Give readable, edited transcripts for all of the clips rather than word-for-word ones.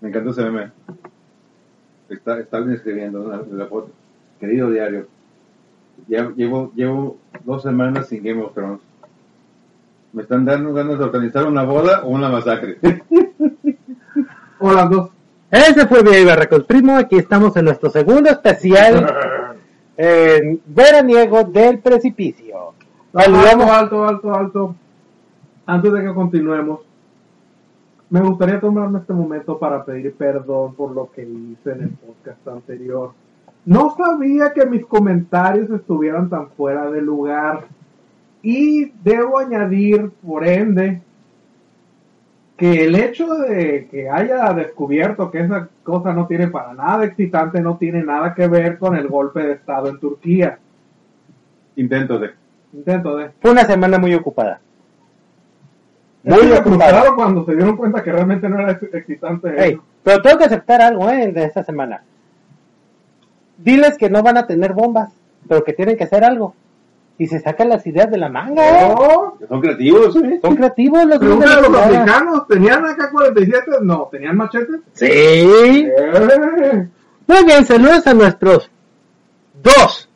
Me encantó ese meme. Está alguien escribiendo una foto. Querido diario, llevo 2 semanas sin Game of Thrones. Me están dando ganas de organizar una boda o una masacre. O las dos. Ese fue Viva Records Primo. Aquí estamos en nuestro segundo especial veraniego del precipicio. Alto. Antes de que continuemos, me gustaría tomarme este momento para pedir perdón por lo que hice en el podcast anterior. No sabía que mis comentarios estuvieran tan fuera de lugar. Y debo añadir, por ende, que el hecho de que haya descubierto que esa cosa no tiene para nada excitante, no tiene nada que ver con el golpe de estado en Turquía. Intento de. Fue una semana muy ocupada. Muy frustrado cuando se dieron cuenta que realmente no era excitante. Hey, pero tengo que aceptar algo de esta semana. Diles que no van a tener bombas, pero que tienen que hacer algo. Y se sacan las ideas de la manga. Son creativos, ¿eh? Son creativos los americanos. ¿Tenían AK-47? No. ¿Tenían machetes? Sí. Muy bien, saludos a nuestros 2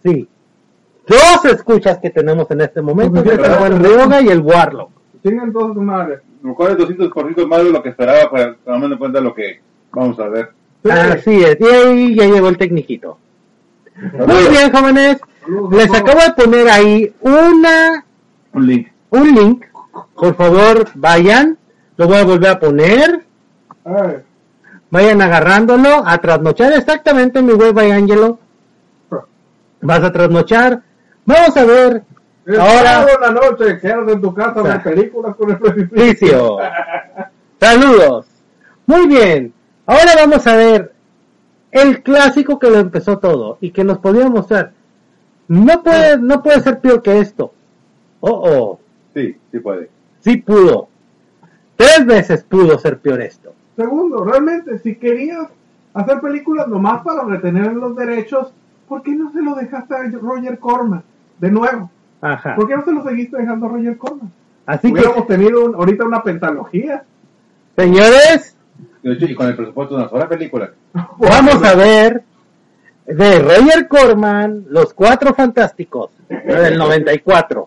escuchas que tenemos en este momento. Pues, el Ryoga y el Warlock. Tienen todos su madre. A lo mejor es 200% más de lo que esperaba, para tomando en cuenta lo que vamos a ver. Así es, y ahí ya llegó el tecniquito. Muy bien, jóvenes. Les acabo de poner ahí un link. Por favor, vayan. Lo voy a volver a poner. Vayan agarrándolo a trasnochar. Exactamente, mi güey, vaya Angelo. Vas a trasnochar. Vamos a ver. Ahora la noche, quedas en tu casa de películas con el precipicio. Saludos. Muy bien. Ahora vamos a ver el clásico que lo empezó todo y que nos podía mostrar. No puede ser peor que esto. Sí puede. Sí pudo. 3 veces pudo ser peor esto. Segundo, realmente, si querías hacer películas nomás para retener los derechos, ¿por qué no se lo dejaste a Roger Corman? De nuevo. Ajá. ¿Por qué no se lo seguiste dejando a Roger Corman? Así hubiéramos tenido ahorita una pentalogía. Señores, y con el presupuesto de una sola película. Vamos a ver de Roger Corman, Los 4 Fantásticos, del 94.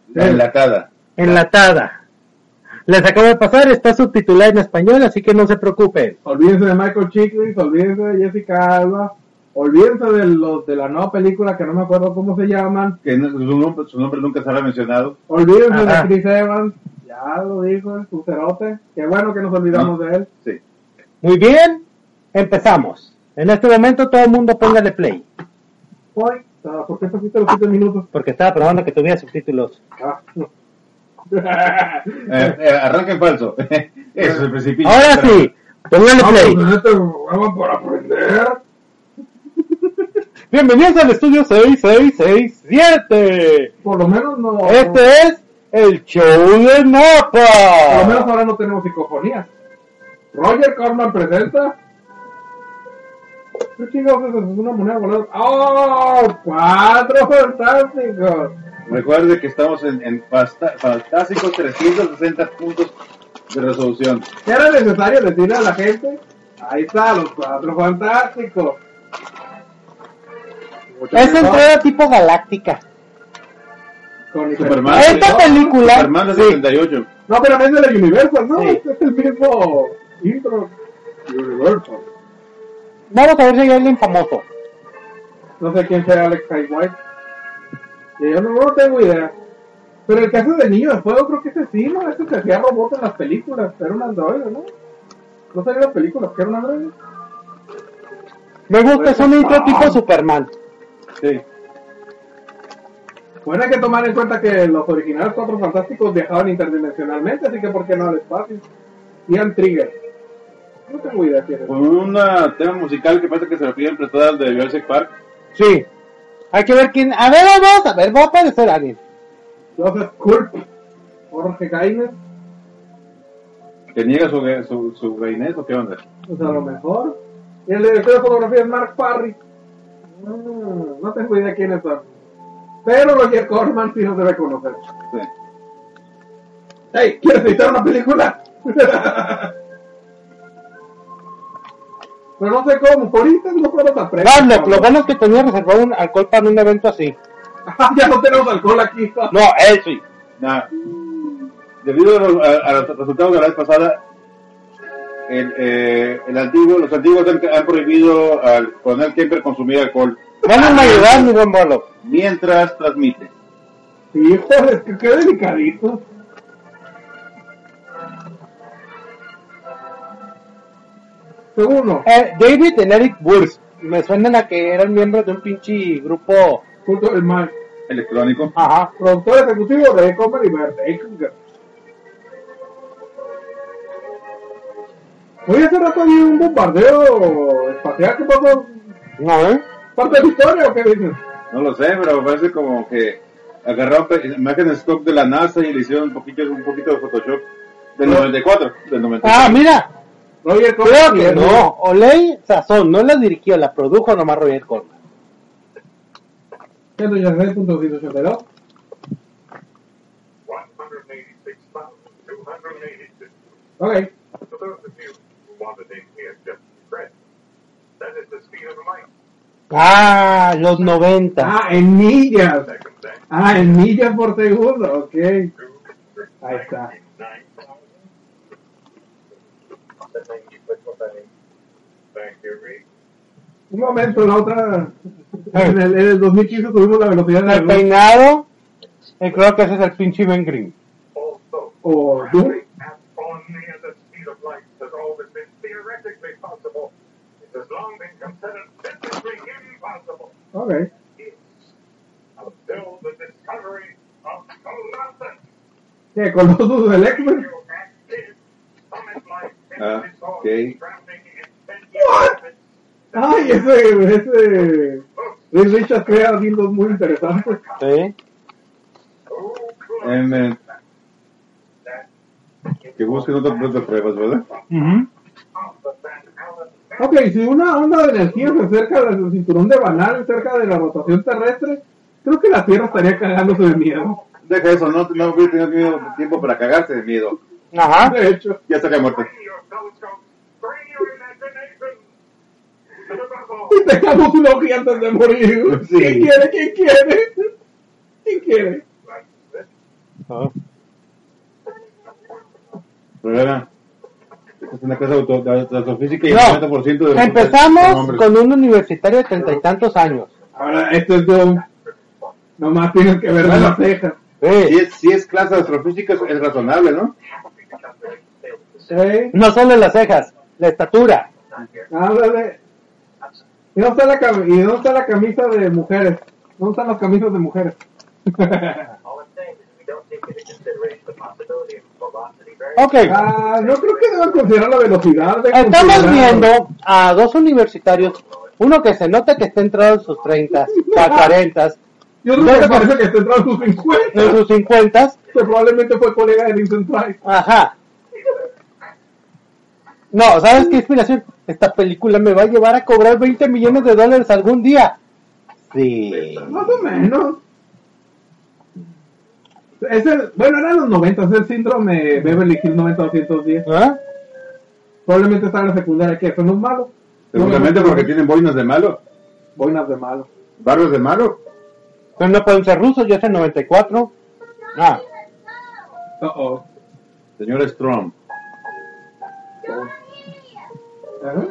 Enlatada. Les acabo de pasar, está subtitulada en español, así que no se preocupen. Olvídense de Michael Chiklis, olvídense de Jessica Alba, olvídense de la nueva película que no me acuerdo cómo se llaman. Que su nombre nunca se había mencionado. Olvídense de Chris Evans, ya lo dijo, su cerote. Qué bueno que nos olvidamos de él. Sí. Muy bien, empezamos. En este momento todo el mundo ponga de play. ¿Por qué te fuiste los 7 minutos? Porque estaba probando que tuviera subtítulos. Arranca en falso. Eso es el precipicio. Ahora sí, pónganle play. Vamos por aprender. Bienvenidos al estudio 6667. Por lo menos no. Este es el show de Napa. Por lo menos ahora no tenemos psicofonía. Roger Corman presenta. ¿Qué chingados es una moneda volada? ¡Oh! 4 fantásticos. Recuerde que estamos en fantásticos 360 puntos de resolución. ¿Era necesario decirle a la gente? Ahí está, los 4 fantásticos. Es entrada tipo galáctica. Con Superman. Esta película. Superman de 78. No, pero no es de la Universal, ¿no? Sí. Este es el mismo intro. Universal. Vamos a ver si hay alguien famoso. No sé quién sea Alex White. Yo no tengo idea. Pero el caso del niño de fuego creo que ese sí, ¿no? Ese se hacía robot en las películas. Era un androide, ¿no? No salía en las películas que era un androide. Me gusta, es un intro tipo Superman. Sí. Bueno, hay que tomar en cuenta que los originales 4 fantásticos viajaban interdimensionalmente, así que ¿por qué no al espacio? Ian Trigger. No tengo idea quién es. Con un tema musical que parece que se refiere entre todas de Jurassic Park. Sí. Hay que ver quién. A ver, va a aparecer alguien. Joseph Culp. Jorge Gaines. ¿Que niega su gainés o qué onda? Pues a lo mejor. Y el director de fotografía es Mark Parry. No tengo idea quiénes son. Pero Roger Corman sí nos debe conocer. Sí. ¡Hey! ¿Quieres editar una película? Pero no sé cómo, ahorita no solo se aprende. Lo bueno es que tenía reservado un alcohol para un evento así. Ya no tenemos alcohol aquí. No, él sí. Nah. Debido a los resultados de la vez pasada, los antiguos han prohibido al coronel Kemper consumir alcohol. Van a ayudar, mi buen bolo. Mientras transmite. Sí, joder, que qué delicadito. Segundo, David y Eric Wurst. Me suenan a que eran miembros de un pinche grupo. punto del mal. Electrónico. Ajá. Productor ejecutivo de Comer y Verde. Oye, hace rato había un bombardeo espacial. ¿Qué pasó? No, ¿Parte de la historia o qué dices? No lo sé, pero parece como que agarraron imágenes stock de la NASA y le hicieron un poquito de Photoshop. Del 94. Del 94. Ah, mira. Roger Creo que Corman. no. Oley Sazón no la dirigió, la produjo nomás Roger Corman. 186.182. 186,282. Ok. For those of you who want the name here just read, that is the speed of light. Ah, los 90. Ah, en millas. Second thing, Ah, en millas por segundo. Ok. Ahí está. 9,000. Thank you, Reed. Un momento, la otra. En el 2015 tuvimos la velocidad de El la luz. peinado. Creo que ese es el pinche Ben Green. Also, O Doom. traveling at or near the speed of light has always been theoretically possible. It has long been considered physically impossible. Ok. Until the discovery of Colossus. ¿Qué? ¿Con los del X-Men? Ah, ok. Ay, ese. Reed Richards crea dildos muy interesantes. Sí. Que busquen otro punto de pruebas, ¿verdad? Ok, si una onda de energía se acerca del cinturón de Van Allen cerca de la rotación terrestre, creo que la Tierra estaría cagándose de miedo. Deja eso, no hubiera tenido tiempo para cagarse de miedo. Ajá. De hecho. Ya está muerto. Y dejamos un ojo antes de morir. Sí. ¿Quién quiere? ¿Quién quiere? ¿Quién quiere? Ah. Pero era, es una clase de astrofísica y No. el 90% de los Empezamos son hombres. con un universitario de 30 y tantos años. Ahora, esto es Doom. Nomás tienes que ver las cejas. Sí. Si es clase de astrofísica, es razonable, ¿no? ¿Eh? No solo las cejas, la estatura. Ándale. ¿Y dónde está la camisa de mujeres? ¿Dónde están las camisas de mujeres? Ok. No creo que deban considerar la velocidad. Estamos viendo a dos universitarios, uno que se nota que está entrado en sus 30, a 40, Y otro que parece que está entrando en sus 50. en sus 50, Que probablemente fue colega de Vincent Price. ajá. No, ¿sabes qué inspiración? Esta película me va a llevar a cobrar $20 millones algún día. Sí. Más o menos. Bueno, eran los 90, es el síndrome Beverly Hills 90-210. ¿Ah? Probablemente está en la secundaria, que eso no es malo. Seguramente porque tienen boinas de malo, Boinas de malo. barbas de malo. Pero no pueden ser rusos, ya es el 94. Ah. Uh-oh. Señor Strom. Ajá.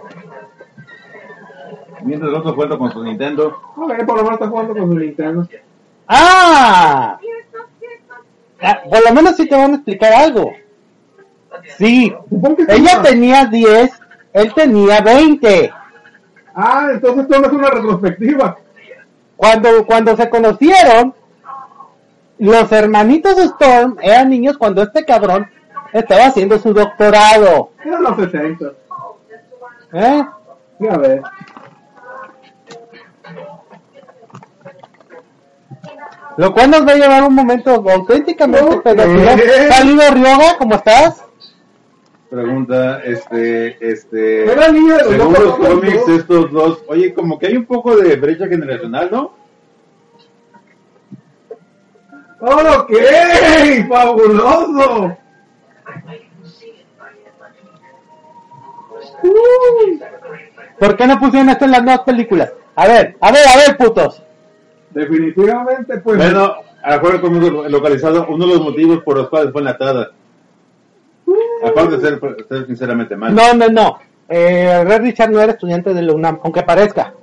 Mientras el otro cuenta con su Nintendo. Ok, por lo menos está jugando con su Nintendo. ¡Ah! Por lo menos sí te van a explicar algo. Sí. Supongo que Ella tenía 10, él tenía 20. Entonces esto no es una retrospectiva. Cuando se conocieron, los hermanitos Storm eran niños cuando este cabrón estaba haciendo su doctorado. Eran los 60. ¿Eh? Sí, a ver. Lo cual nos va a llevar un momento auténticamente Ok. pedófilo. Saludo Ryoga, ¿cómo estás? Pregunta, Era el niño de los según dos los cómics, dos. estos dos, oye, como que hay un poco de brecha generacional, ¿no? Ok, fabuloso. ¿Por qué no pusieron esto en las nuevas películas? A ver, putos. Definitivamente, pues. Bueno, acuerdo conmigo localizado uno de los motivos por los cuales fue enlatada. Aparte de ser sinceramente mal. No. Red Richard no era estudiante de la UNAM, aunque parezca.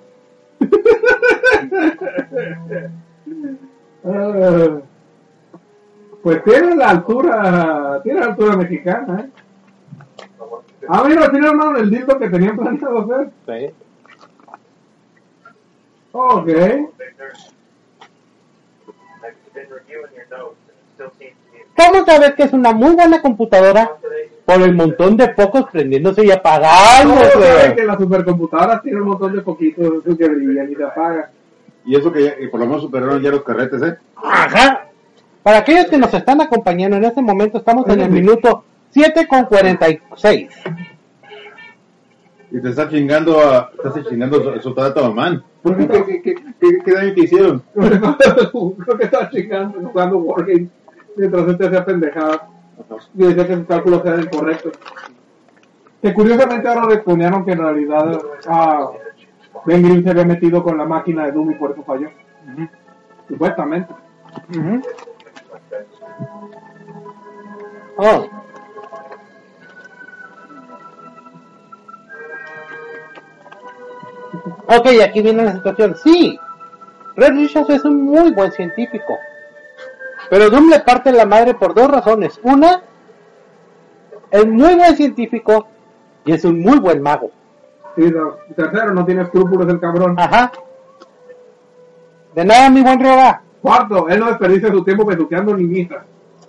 Pues tiene la altura mexicana, ¿eh? Ah, mira, al final armaron el dildo que tenían planeado hacer. Sí. Ok. ¿Cómo sabes que es una muy buena computadora? Por el montón de focos prendiéndose y apagándose. ¿Cómo saben que las supercomputadoras tienen un montón de foquitos que brillan y se apagan? Y eso que por lo menos superaron ya los carretes, ¿eh? Ajá. Para aquellos que nos están acompañando en este momento, estamos en el minuto 7:46. Y te estás chingando su Tataman. ¿Por qué? ¿Qué daño te hicieron? Creo que estaba chingando, jugando Wargames mientras este hacía pendejadas. Y decía que sus cálculos eran incorrectos. Que curiosamente ahora respondieron que en realidad Ben Grimm se había metido con la máquina de Doom y por eso falló. Supuestamente. Oh. Ok, aquí viene la situación. Sí, Red Richards es un muy buen científico, pero Doom le parte la madre por dos razones. Una, es muy buen científico y es un muy buen mago. Sí, no. Tercero, no tiene escrúpulos el cabrón. Ajá. De nada, mi buen Ryoga. Cuarto, él no desperdicia su tiempo besuqueando niñitas.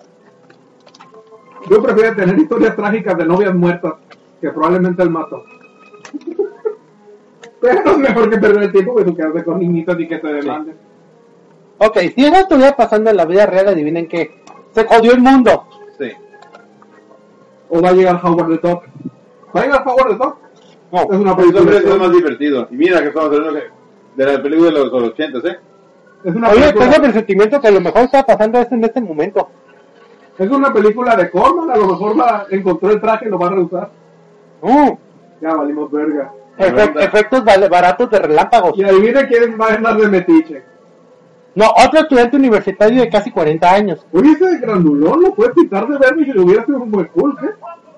Yo prefiero tener historias trágicas de novias muertas que probablemente él mató. Pero es mejor que perder el tiempo besuquearse con niñitas y que se demanden. Ok, si eso estuviera pasando en la vida real, adivinen qué. Se jodió el mundo. Sí. O va a llegar Howard the Top. ¿Va a llegar Howard the Top? No. Es una Pero película. eso es más divertido. Y mira que estamos hablando de la película de los 80, ¿eh? Es una Oye, película. tengo el presentimiento que a lo mejor está pasando esto en este momento. Es una película de Corman, a lo mejor encontró el traje y lo va a reusar. Ya valimos verga. Efectos baratos de relámpagos. Y adivina quién va a andar de metiche. No, otro estudiante universitario de casi 40 años. Oye, ese grandulón lo puedes quitar de verme si lo hubiera sido un buen cool, ¿eh?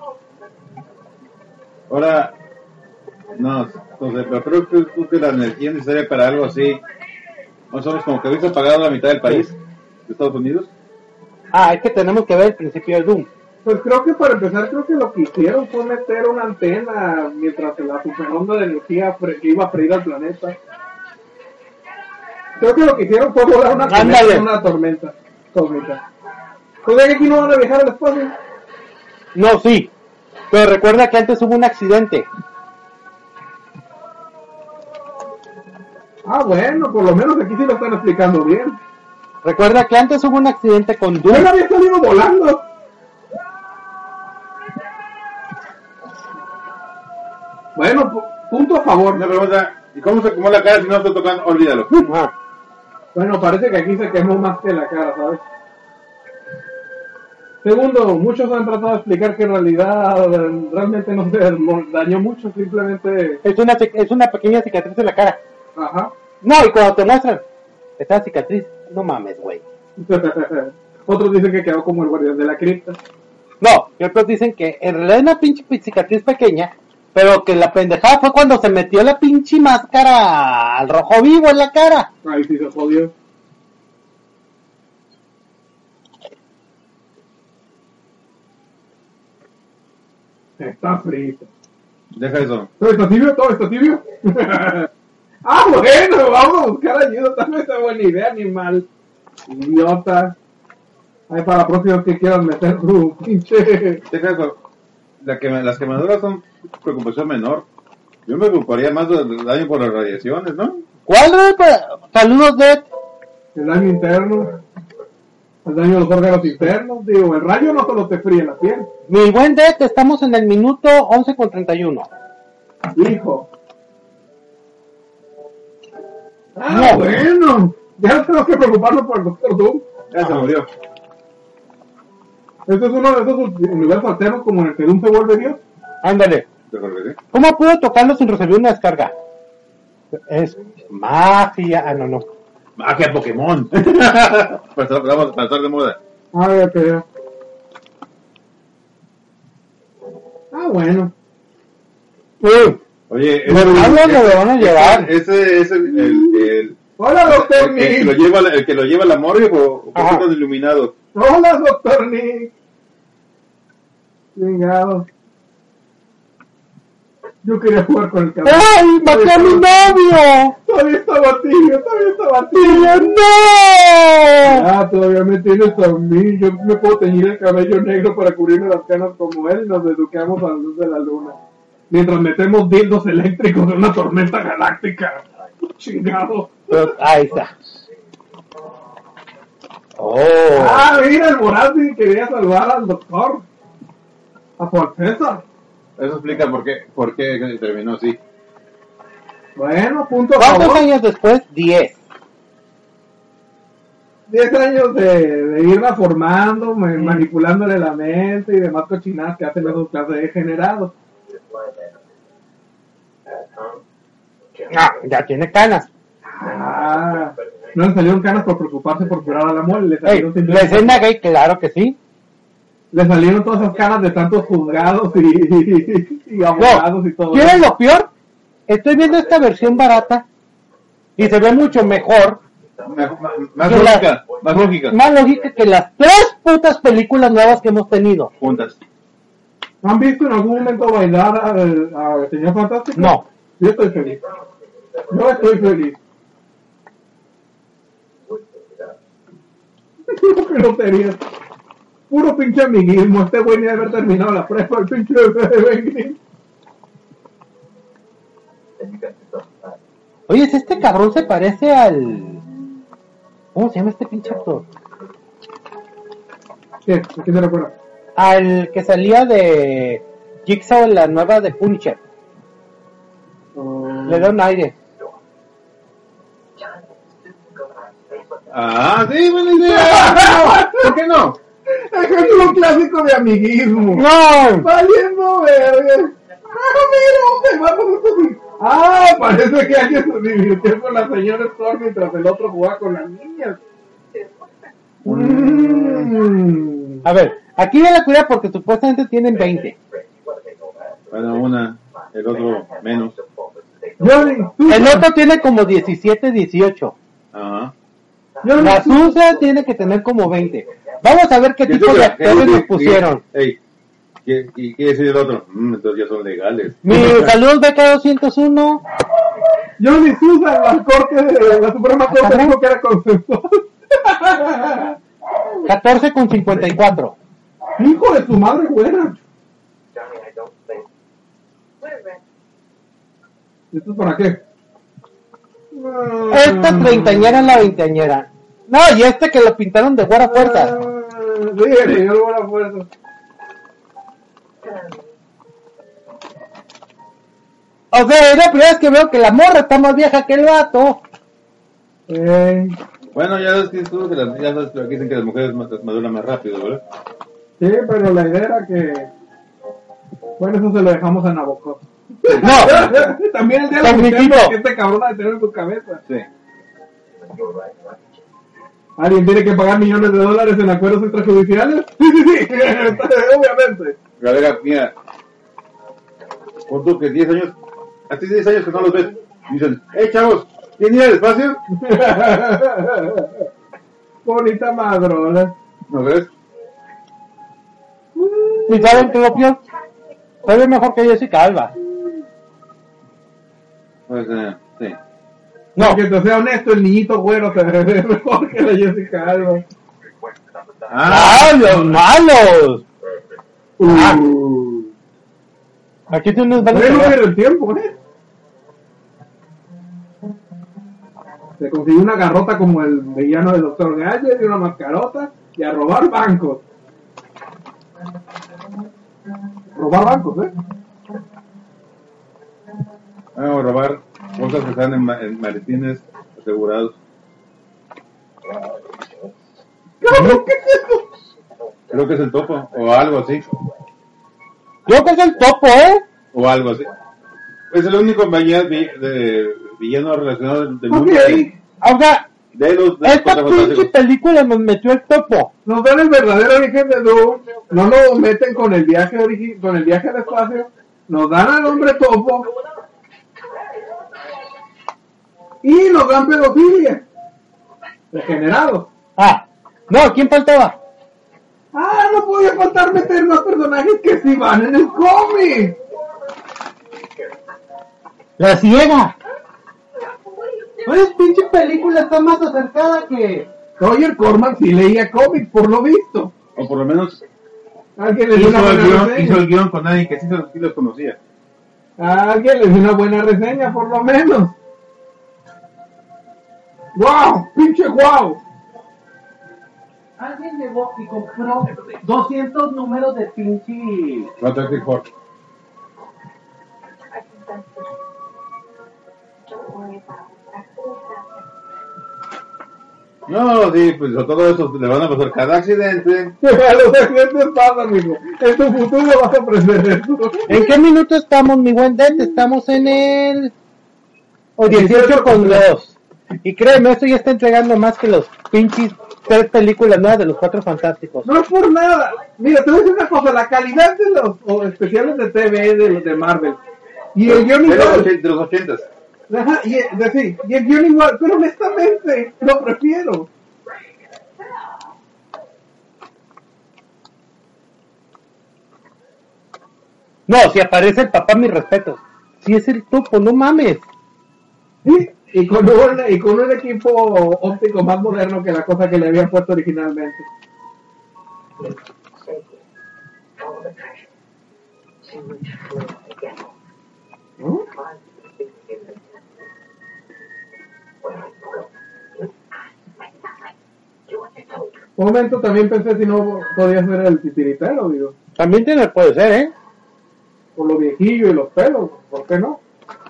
Ahora, no, entonces, pero creo que la energía necesaria para algo así, más o menos como que hubiese apagado la mitad del país, de Estados Unidos. Ah, es que tenemos que ver el principio de Doom. Pues creo que para empezar, creo que lo que hicieron fue meter una antena mientras la superonda de energía que iba a freír al planeta. Creo que lo que hicieron fue volar una tormenta cósmica. ¿O sea que aquí no van a viajar al espacio? No, sí. Pero recuerda que antes hubo un accidente. Ah, bueno, por lo menos aquí sí lo están explicando bien. Recuerda que antes hubo un accidente con Doom. Él había salido volando. Bueno, punto a favor. Una pregunta, ¿y cómo se quemó la cara si no está tocando? Olvídalo. Ah. Bueno, parece que aquí se quemó más que la cara, ¿sabes? Segundo, muchos han tratado de explicar que en realidad realmente no se dañó mucho, simplemente... Es una pequeña cicatriz en la cara. Ajá. No, y cuando te muestran esta cicatriz, no mames, güey. Otros dicen que quedó como el guardián de la cripta. No, y otros dicen que en realidad es una pinche cicatriz pequeña, pero que la pendejada fue cuando se metió la pinche máscara al rojo vivo en la cara. Ahí sí se jodió. Está frito. Deja eso. ¿Todo está tibio? ¿Todo está tibio? Ah, bueno, vamos a buscar ayuda. Tal vez es buena idea, animal. Idiota. Ay, para la próxima que quieran meter tu pinche... Deja eso. Las quemaduras son preocupación menor. Yo me preocuparía más del daño por las radiaciones, ¿no? ¿Cuál? Saludos, Dead. El daño interno. El daño de los órganos internos. Digo, el rayo no solo te fríe la piel. Mi buen Dead, estamos en el minuto 11:31. Hijo. Ah, No. bueno. Ya no tenemos que preocuparnos por el Doctor Doom. Ya se murió. Este es uno de esos universos alternos como en el que Doom se vuelve Dios. Ándale. Yo creo que sí. ¿Cómo puedo tocarlo sin recibir una descarga? Es magia. Ah, no. Magia Pokémon. Vamos a pasar de moda. A ver, pero... Ah, bueno. Oye, ¿Verdad lo van a llevar? Ese es el Hola, doctor el que Nick. el que lo lleva la morgue o Ajá. poquitos iluminados. Hola, doctor Nick. Chingado. Yo quería jugar con el cabrón. ¡Ay, maté a mi novio! Todavía estaba tibio. ¡No! Ah, todavía me tienes a mí. Yo me puedo teñir el cabello negro para cubrirme las canas como él y nos educamos a la luz de la luna. Mientras metemos dildos eléctricos en una tormenta galáctica. Chingado. Pero, ahí está. Oh. Ah, mira, el Borazzi quería salvar al doctor. A su Alteza. Eso explica por qué terminó así. Bueno, punto a ¿Cuántos favor. años después? 10. 10 años de irla formando, manipulándole la mente y demás cochinadas que hacen esos clases de degenerados. Ah, ya tiene canas. Ah, no le salieron canas por preocuparse por curar al amor, le Ey, salieron, ¿la escena gay? Claro que sí. le salieron todas esas canas de tantos juzgados y abogados y todo. ¿Quieres lo peor? Estoy viendo esta versión barata y se ve mucho mejor, Más Que lógica, más lógica. más lógica que las 3 putas películas nuevas que hemos tenido. Juntas. ¿Han visto en algún momento bailar al Señor Fantástico? No. Yo estoy feliz. Yo estoy feliz. Qué lotería. Puro pinche amiguismo. Este güey ni debe haber terminado la prepa, el pinche Ben Green. Oye, si este cabrón se parece al... ¿Cómo se llama este pinche actor? ¿Qué? ¿A qué se recuerda? Al que salía de Jigsaw en la nueva de Punisher. Le da un aire. Ah, sí, buena idea. ¿Por qué no? Ejemplo clásico de amiguismo. ¡No! Valiendo verga. Ah, mira, vamos así. Ah, parece que alguien se divirtió con la señora Storm mientras el otro jugaba con las niñas. A ver, aquí de la cuida porque supuestamente tienen 20. Bueno, una, el otro menos. Johnny, El otro tiene como 17, 18. Ajá. La Susa tiene que tener como 20. Vamos a ver qué tipo de actores nos pusieron. Ey, ¿y qué decir el otro? Entonces ya son legales. Mi saludos Beca 201. Johnny Susan, la corte de la Suprema Corte dijo que era consensual. 14,54. Hijo de tu madre, güera. ¿Esto es para qué? Esta treintañera es la veinteañera. No, y este que lo pintaron de buena fuerza. Sí, el señor buena fuerza. O sea, es la primera vez que veo que la morra está más vieja que el vato. Bueno, ya sabes que tú, ya sabes que aquí dicen que las mujeres maduran más rápido, ¿verdad? Sí, pero la idea era que... Bueno, eso se lo dejamos a Nabokov. No, También el día de la Tecniquito. mujer que este cabrón ha de tener en su cabeza. Sí. ¿Alguien tiene que pagar millones de dólares en acuerdos extrajudiciales? Sí, obviamente. Galera, mira, pon tú que 10 años, hace 10 años que no los ves, y dicen, chavos, ¿quién iba al espacio? Bonita madrola. ¿No ves? ¿y saben qué lo peor? Se ve mejor que Jessica Alba. Pues, sí. No, Que te sea honesto, el niñito güero se ve mejor que la Jessica Alba. ¡ah, los malos! Aquí tienes No pierde el tiempo, Se consiguió una garrota como el villano del Dr. Gadget y una mascarota y a robar bancos. Robar bancos, Vamos a robar cosas que están en maletines asegurados. Cabrón, ¿qué es eso? Creo que es el topo, o algo así. Yo que es el topo, o algo así. Es el único villano relacionado del mundo. Ok. O sea, De los esta Cuatro pinche Fantásticos. película nos metió el topo. Nos dan el verdadero origen de Doom, no lo meten con el viaje con el viaje al espacio, nos dan al hombre topo y nos dan pedofilia. Degenerados. Ah, no, ¿quién faltaba? Ah, no podía faltar meter más personajes que si van en el cómic. La ciega. Oye, pinche película está más acercada que... Roger Corman sí leía cómics, por lo visto. O por lo menos Alguien le dio hizo una el, buena guión, hizo reseña. el guión con alguien que sí los conocía. Alguien le dio una buena reseña, por lo menos. ¡Wow! ¡Pinche wow! Alguien llegó y compró 200 números de pinche... Fantastic Four. No, sí, pues a todo eso le van a pasar cada accidente. A los accidentes pasan, amigo. En tu futuro vas a aprender eso. ¿En qué minuto estamos, mi buen Det? Estamos en el... O 18 con 2. Y créeme, esto ya está entregando más que los pinches 3 películas nuevas de los Cuatro Fantásticos. No es por nada. Mira, te voy a decir una cosa. La calidad de los especiales de TV de los de Marvel y el guión igual. De los 80s. Ajá, y el guión igual. Pero honestamente, lo prefiero. No, si aparece el papá, mis respetos. Si es el topo, no mames. ¿Sí? Y con un equipo óptico más moderno que la cosa que le habían puesto originalmente. ¿No? Un momento también pensé si no podía ser el titiritero, digo. También puede ser, ¿eh? Por lo viejillo y los pelos, ¿por qué no?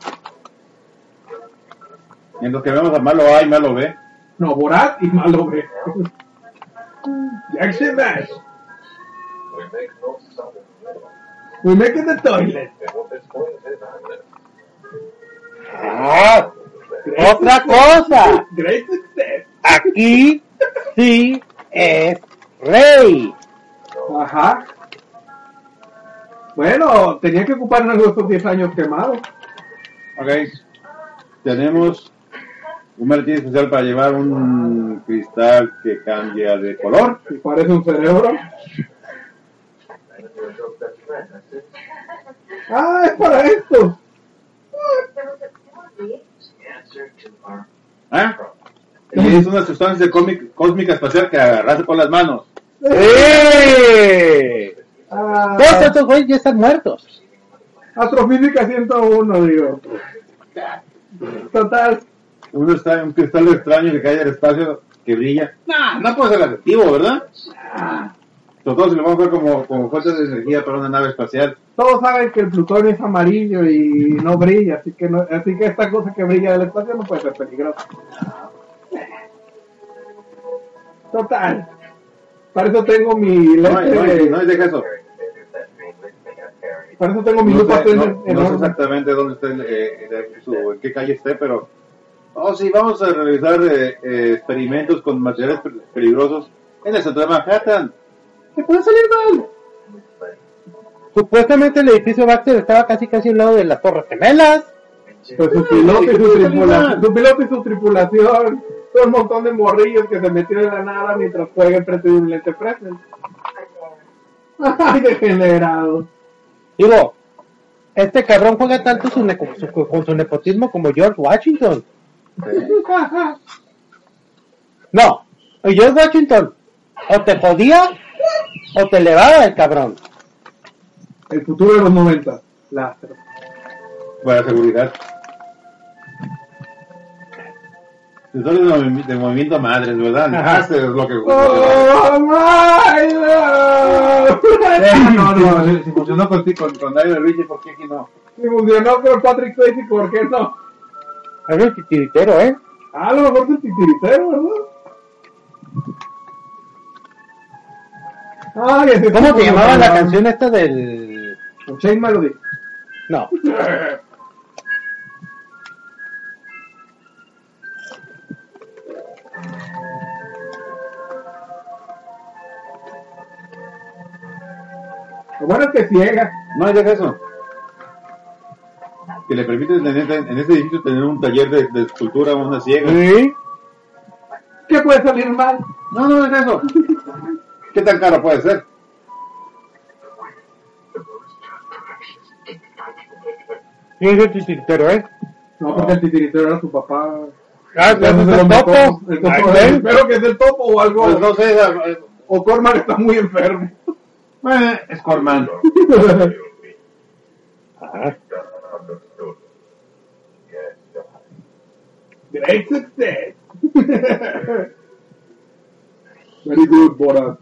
En los que vemos a malo A y malo B. No, Borat y malo B. Jackson Dash. We make it the toilet. Ah, otra cosa. Great success. Aquí sí es rey. Ajá. Bueno, tenía que ocupar algo de estos 10 años quemados. Ok. Tenemos un maletín especial para llevar un cristal que cambia de color. Y parece un cerebro. Ah, es para esto. ¿Ah? Y es una sustancia cósmica espacial que agarrarse con las manos. ¡Eh! Ah, Todos estos güeyes ya están muertos. Astrofísica 101, digo. Total. Un cristal extraño que cae del espacio que brilla. No puede ser adjetivo, ¿verdad? Sobre todo si lo vamos a ver como fuente de energía para una nave espacial. Todos saben que el plutonio es amarillo y no brilla, así que esta cosa que brilla del espacio no puede ser peligrosa. Total. Para eso tengo mi No hay de caso. Para eso tengo mi No lupa sé, no sé enorme. exactamente dónde está, en qué calle esté, pero... Oh, sí, vamos a realizar experimentos con materiales peligrosos en el centro de Manhattan. ¿Qué puede salir mal? Supuestamente el edificio Baxter estaba casi al lado de las Torres Gemelas. Pues su piloto y su tripulación, todo un montón de morrillos que se metieron en la nada mientras juegan frente de un lente present. Ay, degenerado. Digo, este cabrón juega tanto con su nepotismo como George Washington. No, George Washington o te jodía o te elevaba el cabrón. El futuro de los 90. Lastro. Para seguridad. De movimiento madres, ¿verdad? Ajá. Este es lo que... ¡Oh, my love! Si funcionó con David Richie, ¿por qué aquí no? Si funcionó con Patrick Swayze, ¿por qué no? Es el titiritero, ¿eh? Ah, a lo mejor es el titiritero, ¿verdad? Ay, ese ¿Cómo tipo se llamaba de- la canción esta del... Chain Melody. No. Lo bueno es que ciega. No, deja eso. Que le permite en este edificio tener un taller de escultura a una ciega. Sí. ¿Qué puede salir mal? No, deja eso. ¿Qué tan caro puede ser? ¿Quién es el titiritero, No, porque el titiritero era su papá. Ah, ese es el topo. Espero que es el topo o algo. Pues no sé. O Cormac está muy enfermo. Es Corman. Ajá. Great success. Very good, Borat.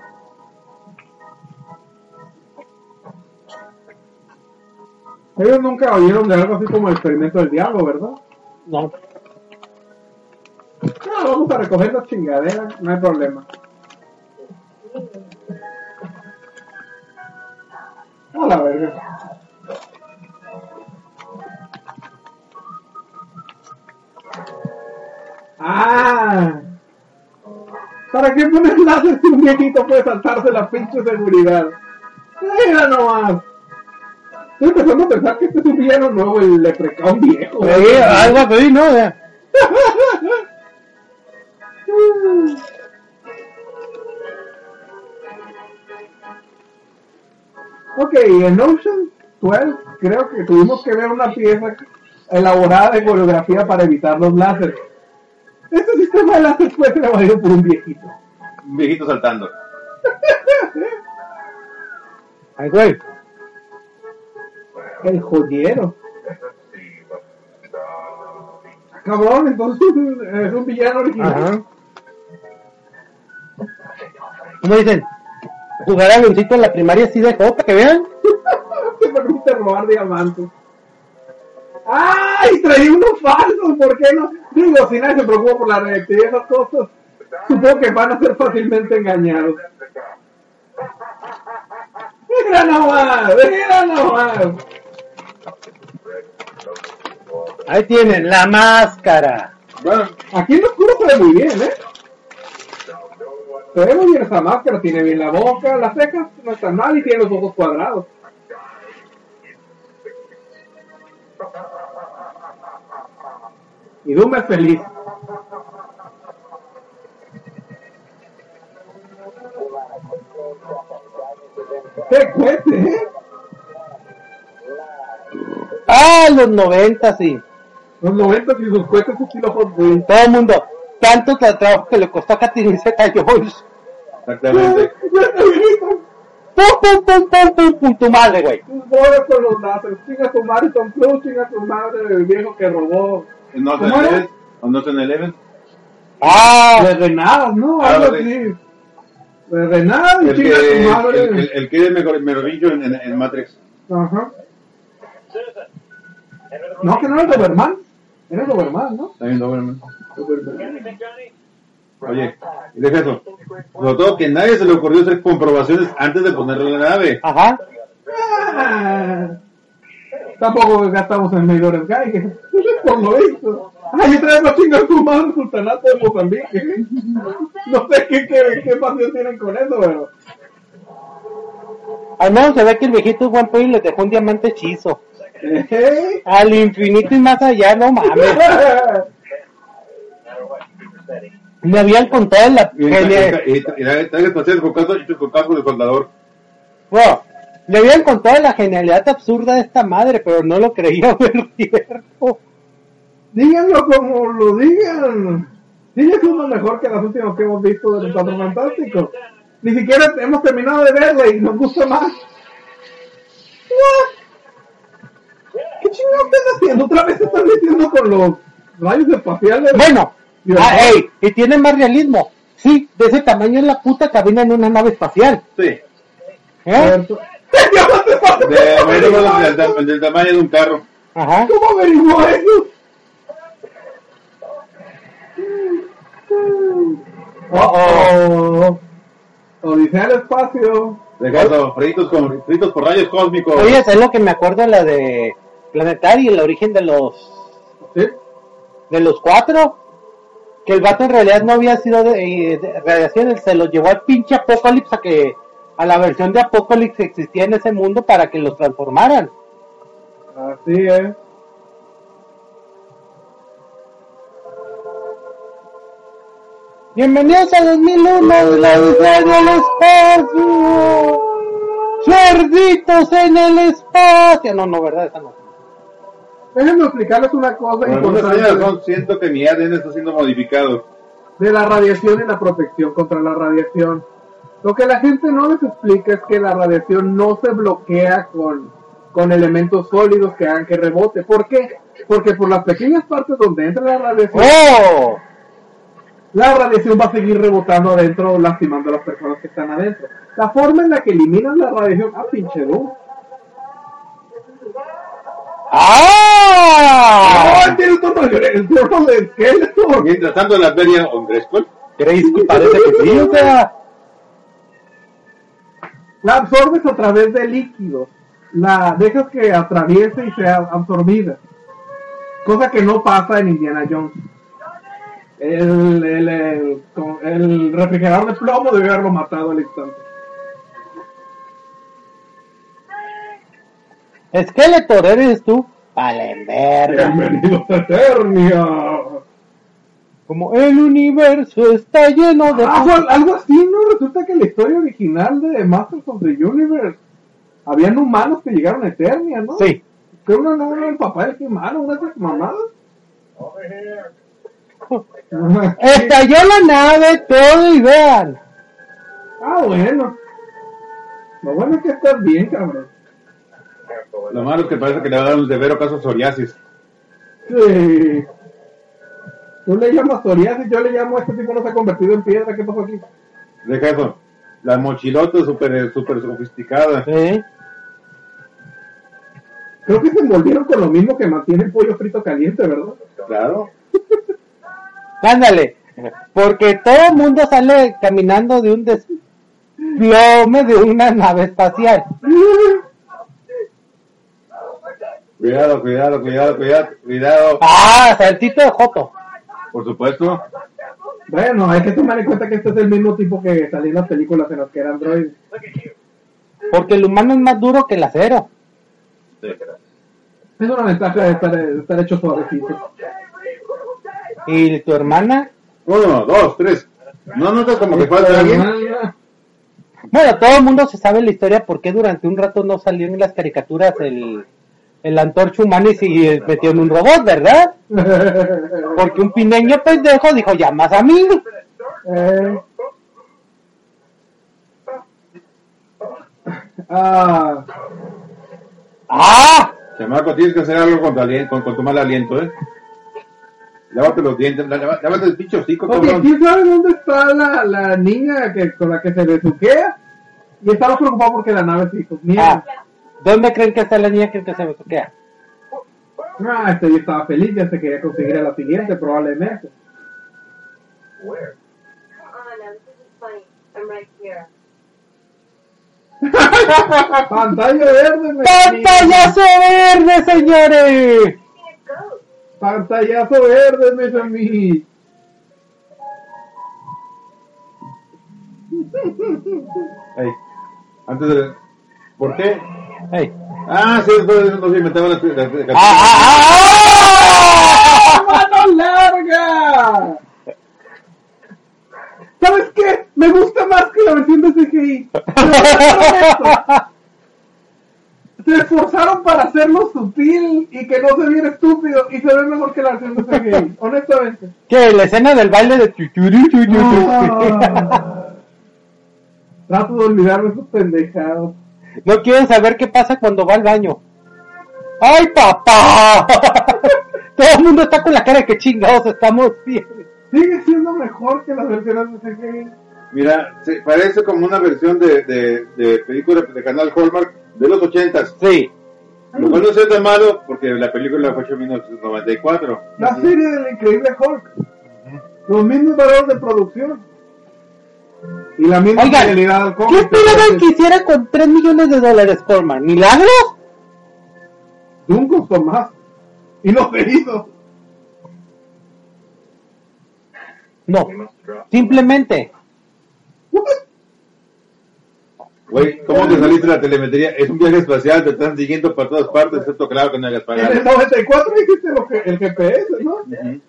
Ellos nunca oyeron de algo así como el experimento del diablo, ¿verdad? No. No, vamos a recoger las chingaderas, no hay problema. A la verga. Ah, ¿para qué poner láser si un viejito puede saltarse la pinche seguridad? Mira nomás. Estoy empezando a pensar que este es un villano nuevo, el Leprechaun viejo. Algo así, ¿no? Ok, en Ocean 12 creo que tuvimos que ver una pieza elaborada de coreografía para evitar los láseres. Este sistema de láser puede ser evadido por un viejito. Un viejito saltando. Ay, güey. El joyero. Cabrón, entonces es un villano original. Ajá. ¿Cómo dicen? Jugar avioncito en la primaria sí dejó, para que vean. Te permite robar diamantes. ¡Ay! Traí unos falsos, ¿por qué no? Digo, si nadie se preocupa por la reactividad de esas cosas, supongo que van a ser fácilmente engañados. ¡Mira nomás! ¡Mira nomás! Ahí tienen, la máscara. Bueno, aquí en lo oscuro se ve muy bien, ¿eh? Se ve muy bien esa máscara, tiene bien la boca, las cejas no están mal y tiene los ojos cuadrados. Y Doom es feliz. ¡Qué cuete, eh! Ah, los 90, sí. Los 90 y sus cohetes estilo Hot Wheels. Todo el mundo. Tanto trabajo que le costó a Catherine Zeta-Jones. Exactamente. ¡Ya está viejito! Pum, tu madre, güey. Tus bolas con los láseres. Chinga tu madre Tom Cruise, chinga tu madre el viejo que robó. ¿No ¿Cómo era? se ¿No se Eleven? Ah, De Renadas, ¿no? Ah, Algo sí. así. De Renadas y El chinga tu que, madre. el que es Merodillo en Matrix. Ajá. No, que no era el Doberman. Era el Doberman, ¿no? También Doberman. Doberman. Oye, y deja eso. Sobre todo que a nadie se le ocurrió hacer comprobaciones antes de ponerle la nave. ajá. Ah, tampoco gastamos en medidores Geiger. Por lo visto. Ay, trae más chingas tu madre el sultanato de Mozambique. No sé qué pasión tienen con eso, pero. Al menos se ve que el viejito One Piece le dejó un diamante hechizo. Al infinito y más allá, no mames. Me habían contado la genial. Y trae espacial con casco de soldador. Bueno, le habían contado la genialidad absurda de esta madre, pero no lo creía ver cierto. Díganlo como lo digan. Digan que es lo mejor que las últimas que hemos visto de los Cuatro Fantásticos. Ni siquiera hemos terminado de verla y nos gusta más. What? ¿Qué chingados están haciendo? Otra vez se están metiendo con los rayos espaciales. Bueno, y tiene más realismo. Sí, de ese tamaño es la puta cabina en una nave espacial. Sí. ¿Eh? Del tamaño de un carro. Ajá. ¿Cómo averiguó eso? Oh, Odisea al espacio. Ricardo, fritos por rayos cósmicos. Oye, es lo que me acuerdo, la de Planetario, el origen de ¿Sí? de los 4, que el vato en realidad no había sido de radiación, él se lo llevó al pinche Apocalipsis a la versión de Apocalipsis que existía en ese mundo para que los transformaran. Así es. Bienvenidos a 2001, la odisea del espacio. Cerditos en el espacio. No, ¿verdad? Esa no. Déjenme explicarles una cosa Por alguna importante extraña razón, siento que mi ADN está siendo modificado. de la radiación y la protección contra la radiación. Lo que la gente no les explica es que la radiación no se bloquea con elementos sólidos que hagan que rebote. ¿Por qué? Porque por las pequeñas partes donde entra la radiación, ¡Oh! la radiación va a seguir rebotando adentro, lastimando a las personas que están adentro. La forma en la que eliminan la radiación, pinche luz. ¡Ah! Tiene todo el cuerpo de esqueleto. Mientras tanto, la feria Ondrescuel. Grace, parece que sí, o sea. La absorbes a través de líquidos. La dejas que atraviese y sea absorbida. Cosa que no pasa en Indiana Jones. El refrigerador de plomo debe haberlo matado al instante. Skeletor, ¿eres tú? Vale, verga. Bienvenido a Eternia. Como el universo está lleno de... Algo así, ¿no? Resulta que la historia original de Masters of the Universe habían humanos que llegaron a Eternia, ¿no? Sí. Que uno no era el papá del humano, una de esas mamadas. Estalló la nave, todo y vean. Bueno. Lo bueno es que estás bien, cabrón. Lo malo es que parece que le va a dar un severo caso de psoriasis. Sí. Tú le llamas psoriasis, yo le llamo a este tipo no se ha convertido en piedra. ¿Qué pasó aquí? Deja eso. La mochilota super sofisticada. Sí. Creo que se envolvieron con lo mismo que mantiene el pollo frito caliente, ¿verdad? Claro. Ándale. Porque todo el mundo sale caminando de un desplome de una nave espacial. Cuidado. Ah, saltito de Joto. Por supuesto. Bueno, hay que tomar en cuenta que este es el mismo tipo que salía en las películas en las que era Android. Porque el humano es más duro que el acero. Sí. Es una ventaja de estar hecho suavecito. ¿Y tu hermana? 1, 2, 3. No notas como que falta alguien. Bueno, todo el mundo se sabe la historia porque durante un rato no salió en las caricaturas el antorcha humana y se metió en un robot, ¿verdad? Porque un pineño pendejo dijo, llamas a mí. Chamaco, tienes que hacer algo con tu mal aliento, ¿eh? Lávate los dientes, lávate el pinche hocico, Ok, cabrón. ¿quién sabe dónde está la niña con la que se besuquea? Y estamos preocupados porque la nave se hizo mierda. ¿Dónde creen que está la niña que se besuquea? Este ya estaba feliz, ya se quería conseguir a la siguiente, probablemente. Where? Now this isn't funny. I'm right here. Pantalla verde, ¡Pantallazo verde, señores! Pantallazo verde, me a mí. Hey, antes de... ¿Por qué? Hey. Sí, después nos inventamos las ¡Mano larga! ¿Sabes qué? Me gusta más que la versión de CGI. Se esforzaron para hacerlo sutil y que no se viera estúpido y se ve mejor que la versión de CGI, honestamente. ¿Qué? ¿La escena del baile de Trato de olvidarme esos pendejados. No quieren saber qué pasa cuando va al baño. ¡Ay, papá! Todo el mundo está con la cara de que chingados estamos bien. Sigue siendo mejor que las versiones de CGI. Mira, parece como una versión de película de canal Hallmark de los 80s. Sí. Lo cual no es tan malo porque la película fue hecha en 1994. La serie del Increíble Hulk. Los mismos valores de producción. Y la misma Oigan, fidelidad al ¿qué cómic. esperaban que hiciera con $3 millones, Corman? ¿Milagros? Doom costó más. Y no se hizo. No, simplemente. Güey, ¿cómo te saliste de la telemetría? Es un viaje espacial, te están siguiendo por todas partes, excepto claro que no hagas En pagar. el 94 dijiste el GPS, ¿no? Ujú.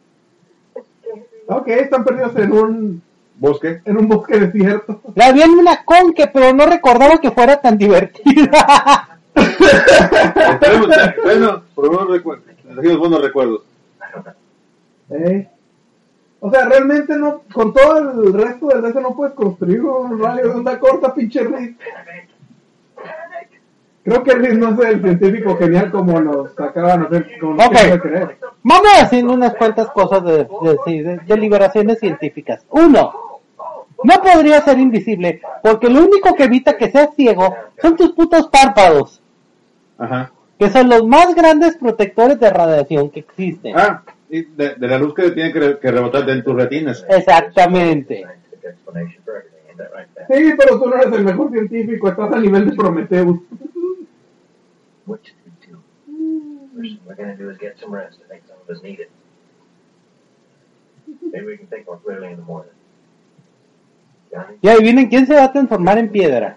Ok, están perdidos en un ¿Bosque? bosque desierto. La vi en una conque, pero no recordaba que fuera tan divertida. Bueno, por buenos recuerdos. Trajimos buenos recuerdos. O sea, realmente no, con todo el resto del DC no puedes construir un radio de onda corta, pinche Riz. Creo que Riz no es el científico genial como nos acaban de hacer, como nos Ok. quieren hacer creer. Vamos haciendo unas cuantas cosas de deliberaciones científicas. Uno, no podría ser invisible, porque lo único que evita que seas ciego son tus putos párpados, Ajá. que son los más grandes protectores de radiación que existen. Ah, y de la luz que tiene que rebotar en tus retinas. Exactamente. Sí, pero tú no eres el mejor científico, estás a nivel de Prometheus. What should we do? First thing we're gonna do is get some rest. I think some of us need it. Maybe we can think more clearly in the morning. Johnny? Y adivinen quién se va a transformar en piedra.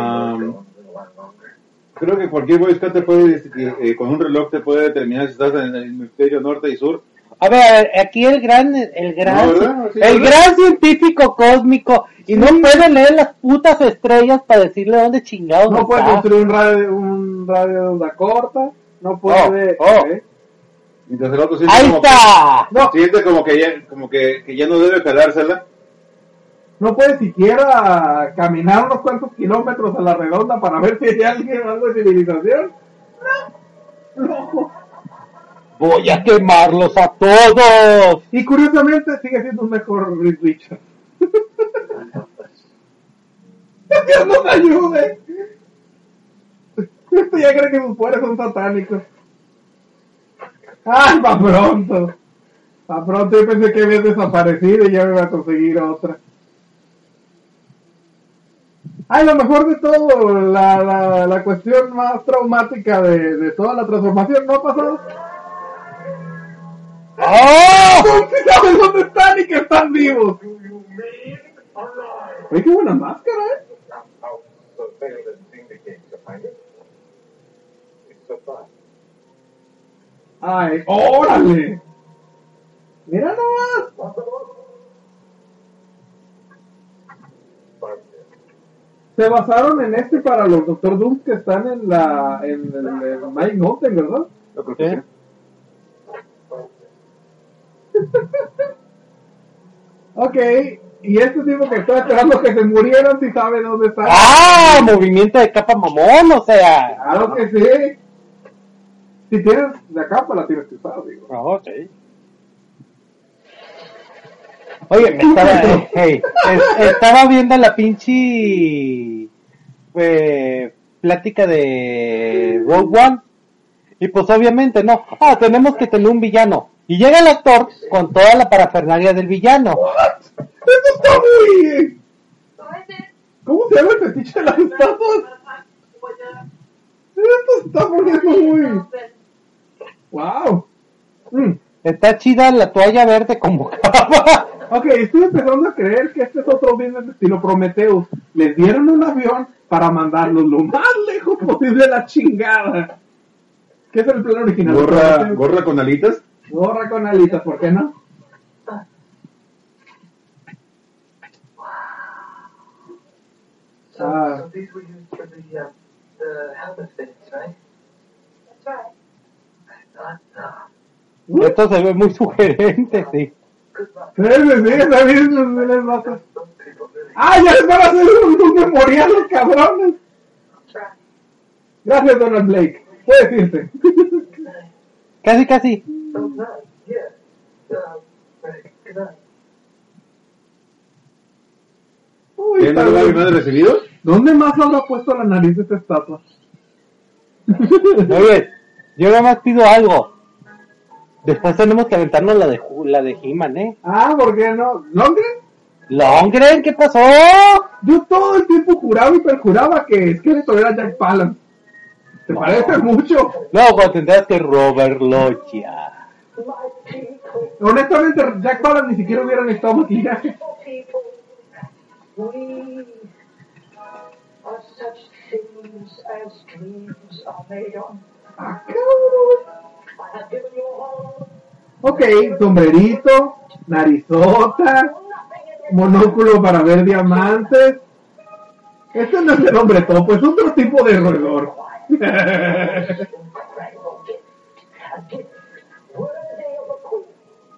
Creo que cualquier Boy Scout te puede, con un reloj te puede determinar si estás en el hemisferio norte y sur. A ver, aquí el gran No, ¿verdad? Sí, ¿verdad? gran científico cósmico, y no puede leer las putas estrellas para decirle dónde chingados No puede está. construir un radio de onda corta, no puede... Mientras el otro siente ¡Ahí como está! siente como que ya no debe jalársela. No puede siquiera caminar unos cuantos kilómetros a la redonda para ver si hay alguien o algo de civilización. No. ¡Voy a quemarlos a todos! Y curiosamente sigue siendo un mejor Reed Richards. ¡Dios nos ayude! Esto ya cree que sus poderes son satánicos. ¡Ay, pa' pronto! Pa' pronto yo pensé que había desaparecido y ya me iba a conseguir otra. ¡Ay, lo mejor de todo! La cuestión más traumática de toda la transformación no ha pasado. ¡Oh! ¡Sí saben dónde están y que están vivos! Oye, qué buena máscara, ¡Ay, órale! ¡Mira nomás! Se basaron en este para los Doctor Doom que están en el Mike Mountain, ¿verdad? Yo creo que sí. Ok, y este tipo que está esperando que se murieran si sabe dónde está. ¡Ah! Movimiento de capa mamón, o sea. Claro que sí. Si tienes la capa la tienes que usar, digo. Oh, sí. Oye, estaba viendo la pinche plática de Rogue One. Y pues obviamente no. Tenemos que tener un villano. Y llega el actor con toda la parafernalia del villano. ¡Esto está muy... ¿Cómo se llama el fetiche de las estatuas? Esto se está poniendo muy... ¡Wow! Está chida la toalla verde como capa. Ok, estoy empezando a creer que este es otro business de estilo Prometheus. Les dieron un avión para mandarlos lo más lejos posible de la chingada. ¿Qué es el plan original? ¿Gorra con alitas? Gorra con alitas, ¿por qué no? So these were used for the helmet fitings, right? That's right. Esto se ve muy sugerente, sí. Good luck. Sí, está bien, no les basta. Those people really ¡Ah, ya les van a hacer un memorial los cabrones! That's right. Gracias, Donald Blake. Puedes irte. Casi, casi. so nice. Yeah. Right. Good night. Uy, ¿Tiene está bien. más recibidos? ¿Dónde más lo habrá puesto la nariz de esta estatua? Oye, yo nada más pido algo. Después tenemos que aventarnos la de He-Man, ¿eh? Ah, ¿por qué no? ¿Longren? Longren, ¿qué pasó? Yo todo el tiempo juraba y perjuraba que Skeletor era Jack Palance. ¿Te parece mucho? No, cuando tendrás que Robert Loggia. Honestamente, Jack Palance ni siquiera hubiera necesitado maquillaje. We are such things as dreams are made on. Ah, cabrón. I have given you all. Ok, sombrerito, narizota, monóculo para ver diamantes. Este no es el hombre topo, es otro tipo de roedor. Incredible gift. A gift worthy of a queen.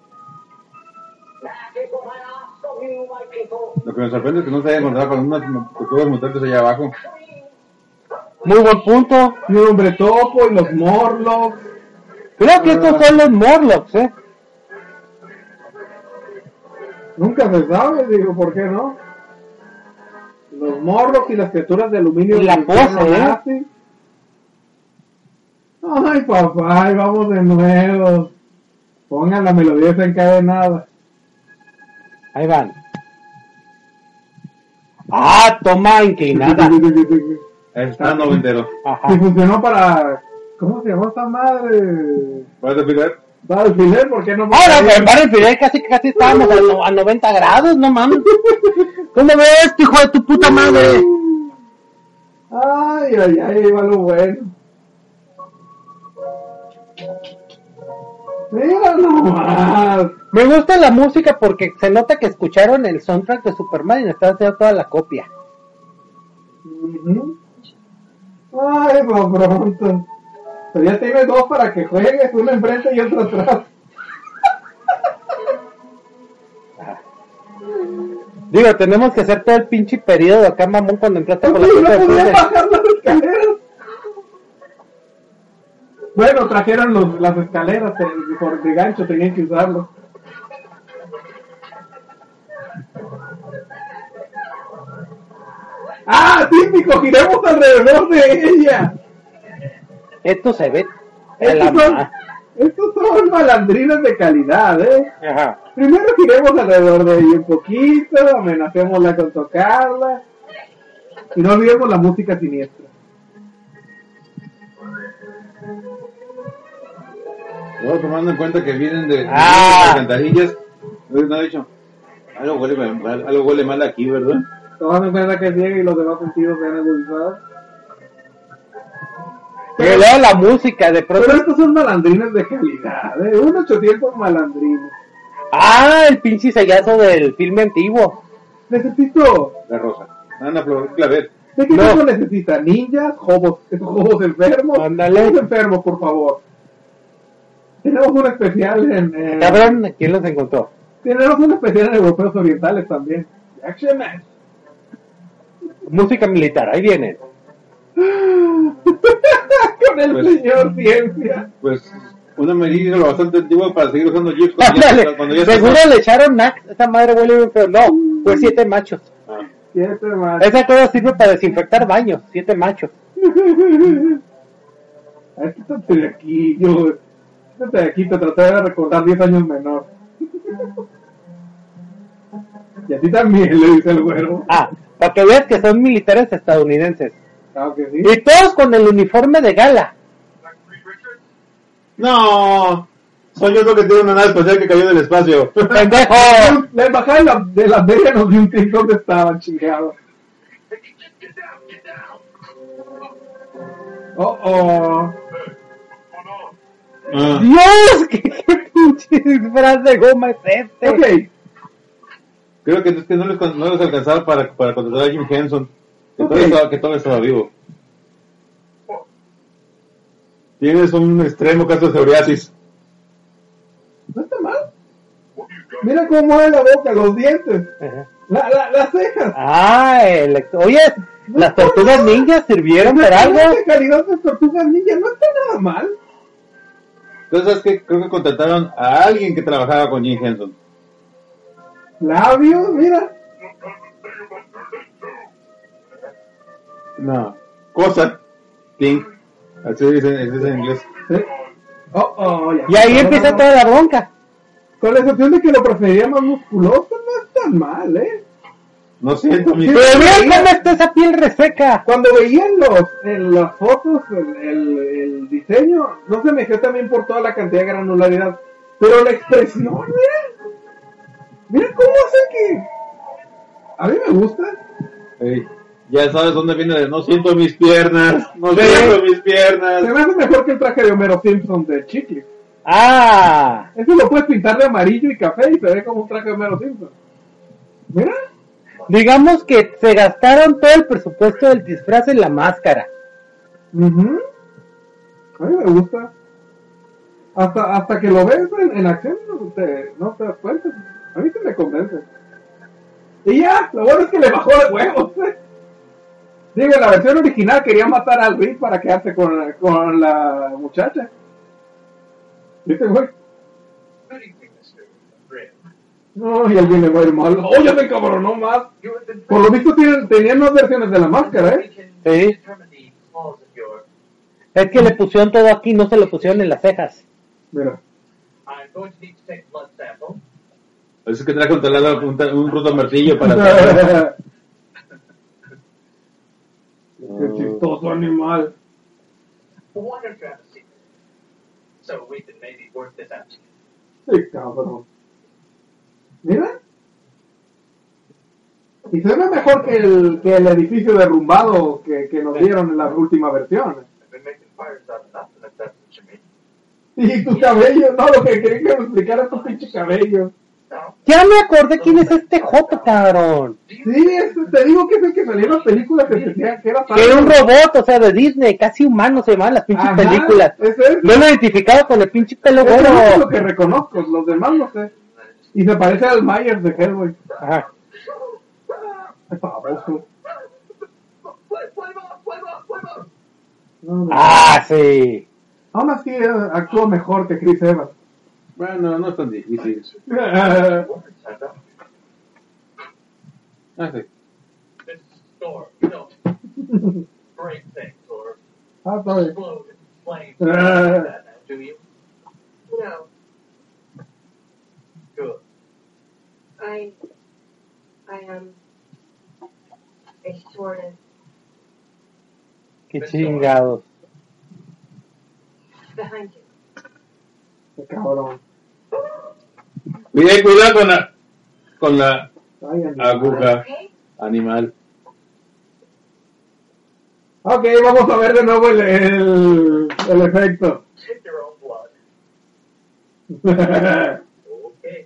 That is what I ask of you, my people. Lo que me sorprende es que no se haya encontrado con unas tortugas mutantes allá abajo. Muy buen punto. Y un hombre topo y los Morlocks. Creo que estos son los Morlocks, Nunca se sabe, digo, ¿por qué no? Los Morlocks y las criaturas de aluminio. Y la del pose, infierno nazi. Ay, papá, ahí vamos de nuevo. Pongan la melodía desencadenada. Ahí van. Ah, toma inclinada. Está noventero. Ajá. Y funcionó para... ¿Cómo se llama esta madre? ¿Vas a explicar? Battlefield, ¿por qué no? Ahora, en Battlefield casi estábamos a 90 grados, no mames. ¿Cómo ves, hijo de tu puta madre? Ay, ay, ay, va lo bueno. Mira nomás. Me gusta la música porque se nota que escucharon el soundtrack de Superman y le están haciendo toda la copia. Ujú. Ay, por pronto. Pero ya tienes dos para que juegues, uno enfrente y otro atrás. Digo, tenemos que hacer todo el pinche periodo acá, mamón, cuando entraste por la No puerta de podía frente. bajar las escaleras. Bueno, trajeron las escaleras por de gancho, tenían que usarlo. ¡Ah, típico! ¡Giremos alrededor de ella! Esto se ve. de la Estos son malandrines de calidad, ¿eh? Ajá. Primero giremos alrededor de ella un poquito, amenacémosla con tocarla. Y no olvidemos la música siniestra. Luego, tomando en cuenta que vienen de alcantarillas, no he dicho, algo huele mal aquí, ¿verdad? Tomando en cuenta que es ciega y los demás sentidos se han agudizado. Pero luego la música, de pronto. Pero estos son malandrines de calidad, ¿eh? 800 malandrines. Ah, el pinche sellazo del filme antiguo. Necesito... La rosa. Ana Flor, clavel. ¿De qué No. tipo necesita? ¿Ninjas? ¿Hobos enfermos? Ándale. Hobos enfermos, por favor. Tenemos un especial en... Cabrón, ¿quién los encontró? Tenemos un especial en Europeos Orientales también. Action Man. Música militar, ahí vienen. Con el Pues- señor Ciencia. Pues una medida lo bastante antigua para seguir usando jeeps Ándale, cuando ya seguro le echaron Nax, esa madre huele bien feo. No, fue 7 machos. Ah, 7 más. Esa cosa sirve para desinfectar baños, 7 machos. Ay, quítate de aquí, yo. Quítate de aquí, te traté de recordar 10 años menor. Y a ti también, le dice el güero. Ah, para que veas que son militares estadounidenses. Claro que sí. Y todos con el uniforme de gala. no, soy yo lo que tiene una nave espacial que cayó del espacio. ¡Pendejo! La embajada de la Vega nos dio un clic donde estaban, chingados. Oh. Ah, ¡Dios! ¿Qué pinche disfraz de goma es este? Ok. creo que es que no les alcanzaba para contratar a Jim Henson, que, Ok. todavía estaba vivo. Tienes un extremo caso de psoriasis. No está mal. Mira cómo mueve la boca, los dientes, Ajá. las cejas. Ah, oye, las tortugas ninjas sirvieron para algo. De calidad de tortugas ninja no está nada mal. Entonces, ¿sabes qué? Creo que contrataron a alguien que trabajaba con Jim Henson. Labios, mira. No. Cosa. Thing. Así dicen en inglés. Sí. Ya. Y ahí empieza toda la bronca. Con la excepción de que lo preferiría más musculoso, no es tan mal, ¿eh? No siento mi... Pero vean cómo está esa piel reseca. Cuando veía en las fotos el diseño, no se me quedó también por toda la cantidad de granularidad. Pero la expresión, mira cómo hacen que... A mí me gusta. Ey, ya sabes dónde viene de no siento mis piernas, no siento mis piernas. Se me hace mejor que el traje de Homero Simpson de Chicle. Ah, Eso lo puedes pintar de amarillo y café y se ve como un traje de Homero Simpson. Mira. digamos que se gastaron todo el presupuesto del disfraz en la máscara. Uh-huh. A mí me gusta. Hasta que lo ves en acción no te das cuenta. A mí se me convence. Y ya, lo bueno es que le bajó de huevos. Digo, en la versión original quería matar al Rick para quedarse con la muchacha. ¿Viste, güey? Good evening, Mr. Grimm. No, y él viene muy mal. ¡Oh, ya me cabronó más! You have been Por lo visto tenían dos versiones de la máscara, We ¿eh? can Sí. determine the flaws of your... Es que le pusieron todo aquí, no se lo pusieron en las cejas. Mira. I'm going to need to take blood sample. Es que traje un taladro, un rudo martillo para... Qué chistoso animal. Why don't you have a secret? So we can maybe work this out. Sí, cabrón. Mira. Y se ve mejor que el edificio derrumbado que nos dieron en la última versión. I've been making fires out of nothing, if that's what you mean. Y tus cabellos, no, lo que quería que me explicara tu pinche cabello. No. Ya me acordé quién es este Joto, cabrón. Sí, te digo que es el que salió en las películas que decía que era Que era un robot, o sea, de Disney, casi humano se llamaban las pinches Ajá, películas. ese es. Lo he identificado con el pinche pelo Eso es lo güero. que reconozco, los demás no sé. Y se parece al Myers de Hellboy. Ajá. Es famoso. No, no. Ah, sí. Aún así actúa mejor que Chris Evans. Bueno, no es tan difícil. Ah, sí. This storm, no. Break things or Está bien. explode in flames. Like that now, do you? No, Good. I am a sort of Qué chingados. behind you. Qué cabrón. Bien, cuidado con la Ay, animal. aguja Okay? animal. Ok, vamos a ver de nuevo el efecto. Take your own blood. Okay.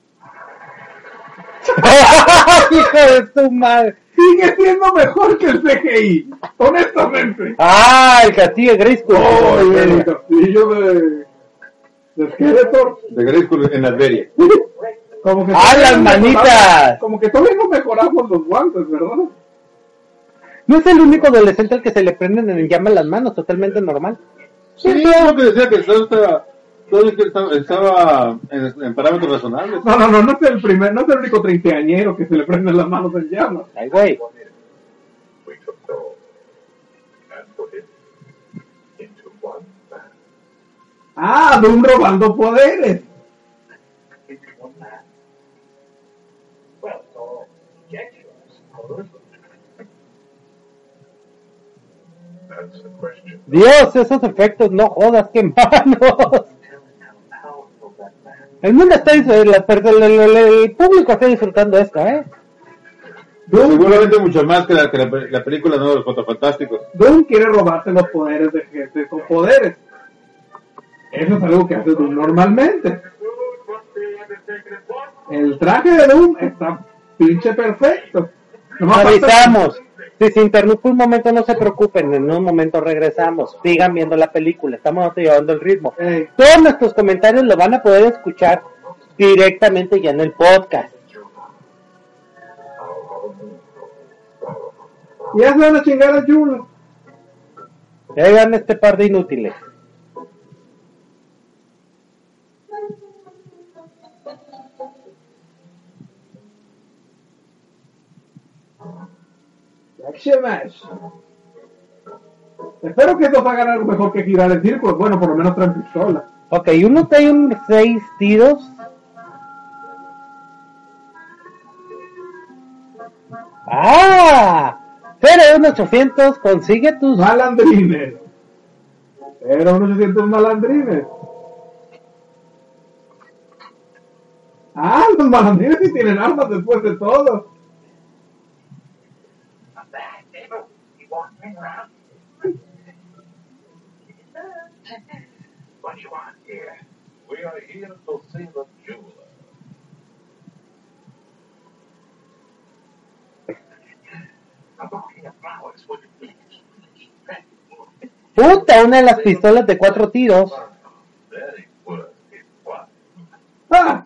Hijo de su madre. Sigue siendo mejor que el CGI, honestamente. Ah, el castillo de Grayskull. Oh, el castillo de Skeletor. De Grayskull en Adveria. Como que ¡Ah, todavía las no manitas! mejoramos- Como que todavía no mejoramos los guantes, ¿verdad? No es el único adolescente al que se le prenden en llamas las manos, totalmente normal. Sí, es lo que decía que estaba en parámetros razonables. No es el primer, no es el único treintañero que se le prenden las manos en llamas. Ay, güey. We took Thor and put it into one man. Ah, de un robando poderes. Into one man. Well, it's all conjecture, I suppose. That's the question. Dios, esos efectos, no jodas, qué malos. Telling how powerful that man. El mundo está el público está disfrutando esto, ¿eh? Seguramente mucho más que la película de los Cuatro Fantásticos. Doom quiere robarse los poderes de gente con poderes. Eso es algo que hace Doom normalmente. El traje de Doom está pinche perfecto. Nomás falta- Avisamos. Si se interrumpe un momento, no se preocupen, en un momento regresamos. Sigan viendo la película, estamos llevando el ritmo. Ey, Todos nuestros comentarios lo van a poder escuchar directamente ya en el podcast. ya se van a chingar a Juno. Ya vean este par de inútiles. Action Match. Espero que estos hagan algo mejor que girar el círculo. Bueno, por lo menos traen pistola. Ok, uno trae un 6 tiros. ¡Ah! 01800, consigue tus... Malandrines. 01800 malandrines. Ah, los malandrines sí tienen armas después de todo. What you want here? We are here to see the jeweler. A bouquet of flowers would be Puta, una de las pistolas de 4 tiros. very good. What? ¡Ah!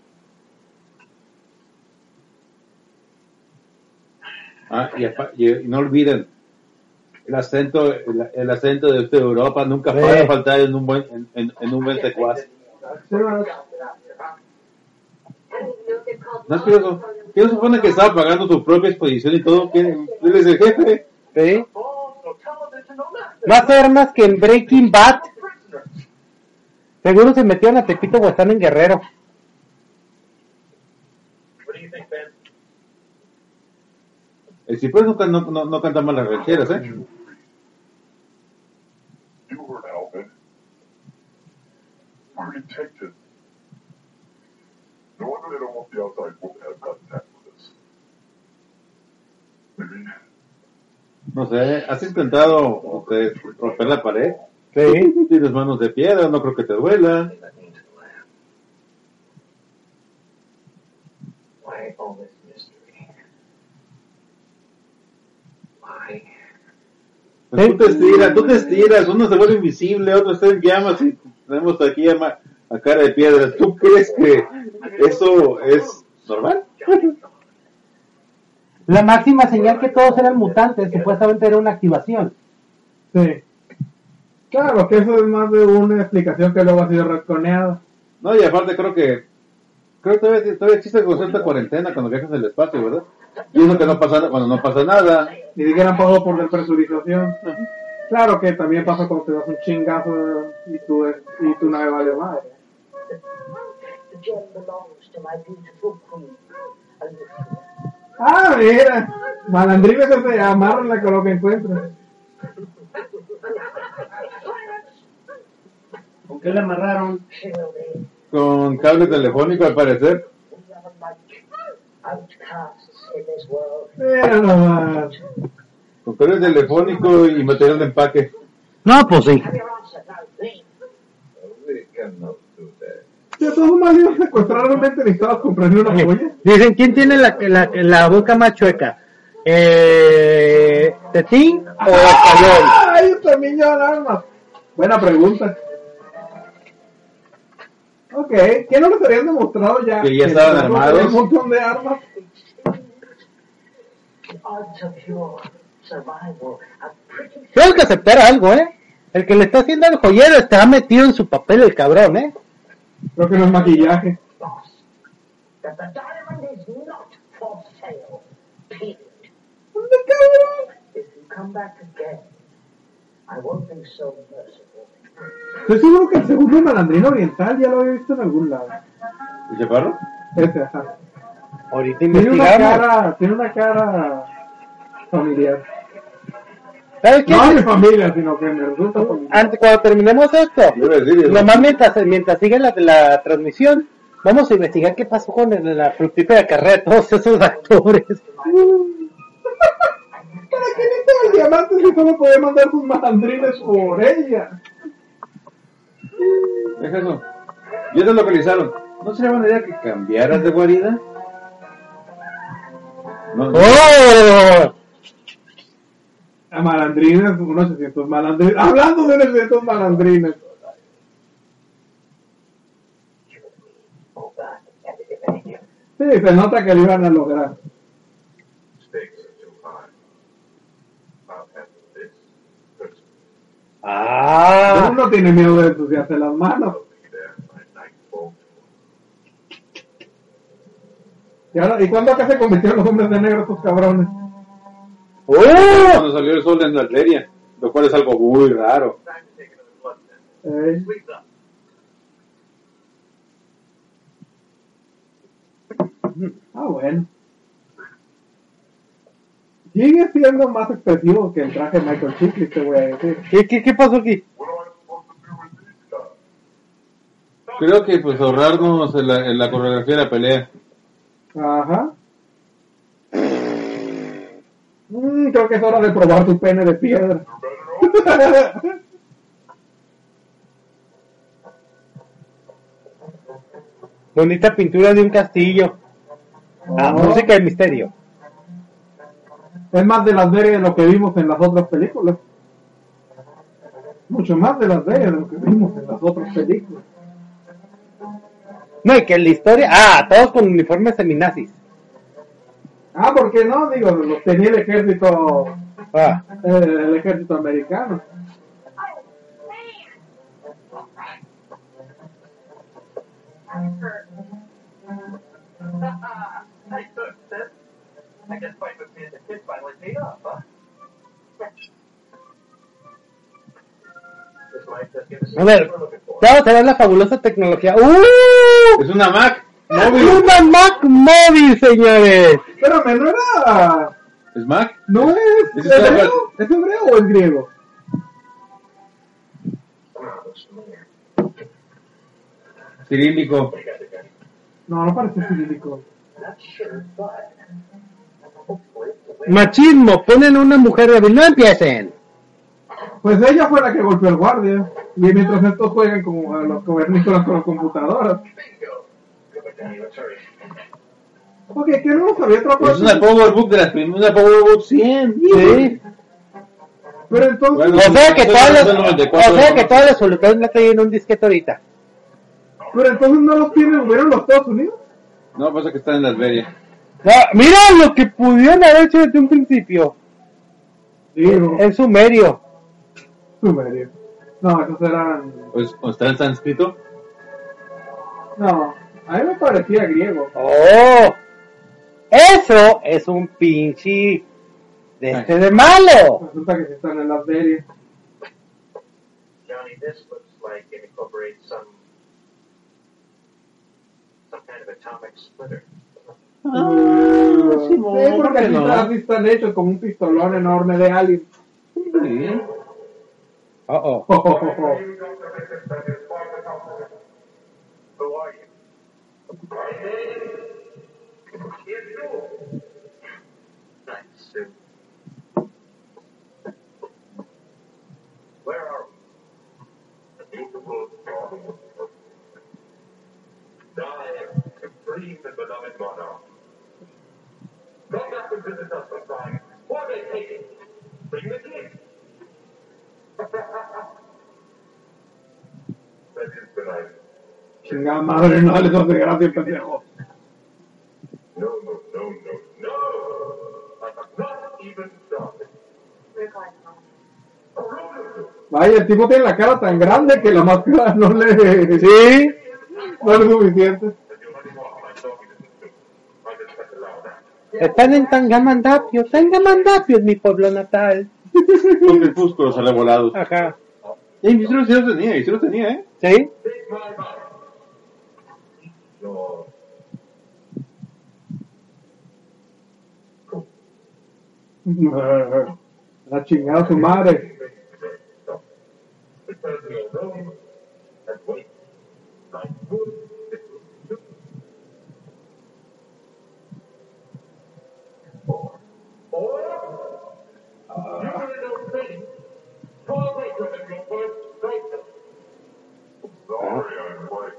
Y no olviden, el acento de Europa nunca puede faltar en un buen secuaz. No es curioso. ¿Quién supone que estaba pagando su propia exposición y todo? ¿Quién es el jefe? ¿Sí? Más armas que en Breaking Bad. Seguro se metieron a Tepito o están en Guerrero. What do you think, Ben? El Ciprés no canta mal las rancheras, ¿eh? You heard Alvin. We're detectives. No wonder they don't want the outside world to have contact with us. Maybe No sé, ¿has intentado romper la pared? Sí. Tienes manos de piedra, no creo que te duela. Let me into the lab. Why all this mystery? Why? Pues tú te estiras, uno se vuelve invisible, otro está en llamas y tenemos aquí a cara de piedra. ¿Tú crees que eso es normal? La máxima señal que todos eran mutantes, supuestamente era una activación. Sí. Claro, que eso es más de una explicación que luego ha sido retconeada. No, y aparte creo que todavía existe el concepto de cuarentena cuando viajas en el espacio, ¿verdad? Y eso que no pasa cuando no pasa nada. Ni siquiera han pasado por despresurización. Claro que también pasa cuando te das un chingazo y tu nave vale madre. The gem belongs to my beautiful queen. Are you sure? Ah, mira. Malandrines que se amarran con lo que encuentran. ¿Con qué le amarraron? Surely Con cable telefónico al parecer. we are like outcasts in this world. Mira nomás. Con cable telefónico y material de empaque. No, pues sí. Have your answer now, please. We cannot do that. De todos modos, iban a secuestrar, realmente necesitabas comprarle una polla. Dicen, ¿quién tiene la boca más chueca? ¿Tetín o Español? ¡Ah! Ellos también llevan armas. Buena pregunta. Ok, ¿qué no les habían demostrado ya? Que ya estaban les armados. un montón de armas. The odds of your survival are pretty Tengo que aceptar algo, ¿eh? El que le está haciendo al joyero está metido en su papel el cabrón, ¿eh? Creo que no es maquillaje. boss. That the diamond is not for sale. Period. ¿Dónde cabrón? If you come back again, I won't be so merciful. Estoy seguro que el segundo malandrino oriental ya lo había visto en algún lado. ¿Y chaparro? Ajá. Ahorita Tiene investigamos. una cara familiar. ¿Sabes qué? No de familia, sino que me resulta familiar. Antes, cuando terminemos esto, Yo iba a decir eso. nomás mientras sigue la transmisión, vamos a investigar qué pasó con la fructífera carrera de todos esos actores. ¿Para qué necesitaba el diamante si solo podía mandar sus malandrines por ella? Deja eso. Ya te localizaron. ¿No sería buena idea que cambiaras de guarida? No, ¡Oh! A malandrines, unos 800 malandrines. Hablando de unos 800 malandrines. Oh, God. And if anything, Sí, se nota que lo iban a lograr. stakes are too high. I'll handle this personally. ¡Ah! Uno tiene miedo de ensuciarse las manos. I'll be there by nightfall. ¿Y cuándo acá se convirtieron los hombres de negro estos cabrones? ¡Oh! Cuando salió el sol en la arteria, lo cual es algo muy raro. Time to take another blood test. Sleep up. Ah, bueno. Sigue siendo más expresivo que el traje de Michael Chiklis, te voy a decir. ¿Qué pasó aquí? Creo que pues ahorrarnos en la coreografía de la pelea. Ajá. Creo que es hora de probar tu pene de piedra. Bonita pintura de un castillo. Música de misterio. Es más de Las Vegas de lo que vimos en las otras películas. Mucho más de Las Vegas de lo que vimos en las otras películas. No, y que la historia... todos con uniformes seminazis. ¿Por qué no? Digo, los tenía el ejército... el ejército americano. I guess fight with me as a kid finally paid off, huh? This might just give us A ver, what we're looking for. vamos a ver la fabulosa tecnología. Es una Mac. ¡Una Mac móvil, señores! Espérame, ¿no era...? ¿Es Mac? ¿No es ¿Es hebreo? ¿Es hebreo o es griego? Cirílico. No, no parece cirílico. Not sure, but hopefully the way Machismo, ponen a una mujer débil. No empiecen. Pues ella fue la que golpeó al guardia. Y mientras estos juegan como a los cavernícolas con las computadoras. bingo. Go back down, let's hurry. Ok, que no nos había atrapado. Es una Powerbook de las primeras, una Powerbook 100. Sí. Pero entonces... Bueno, O sea que Entonces, todos los soluciones la traen en un disquete ahorita. Pero entonces no los tienen, ¿hubieron los Estados Unidos? No, pasa que está en Las Vegas. Mira lo que pudieron haber hecho desde un principio. Digo, En sumerio. sumerio. No, esos eran... Pues, ¿o está en sánscrito? No, a mí me parecía griego. ¡Oh! Eso es un pinche de malo. Resulta que sí están en las ferias. Johnny, this looks like it incorporates some kind of atomic splitter. Sí, porque aquí están hechos como un pistolón enorme de alien. Sí. Oh. You don't make it that is quite the compliment. Who are you? My name is you. Nice. Where are we? The beautiful form. Die, supreme and beloved monarch. Come back and visit us sometime. For vacation. Bring the kids. That is the night. Chingada madre, no les hace gracia, pendejo. No. I have not even started. Vaya, el tipo tiene la cara tan grande que la máscara no le... Sí. No es suficiente. And you're running off my talking to the I just have to allow that. Están en Tangamandapio es mi pueblo natal. Son crepúsculos arrebolados. Ajá. Sí lo tenía, ¿eh? ¿Sí? Take my mind. Your La chingada su madre. return to your room and wait. Like good little Or you little thing. Call me from your first statement. Sorry, I'm late.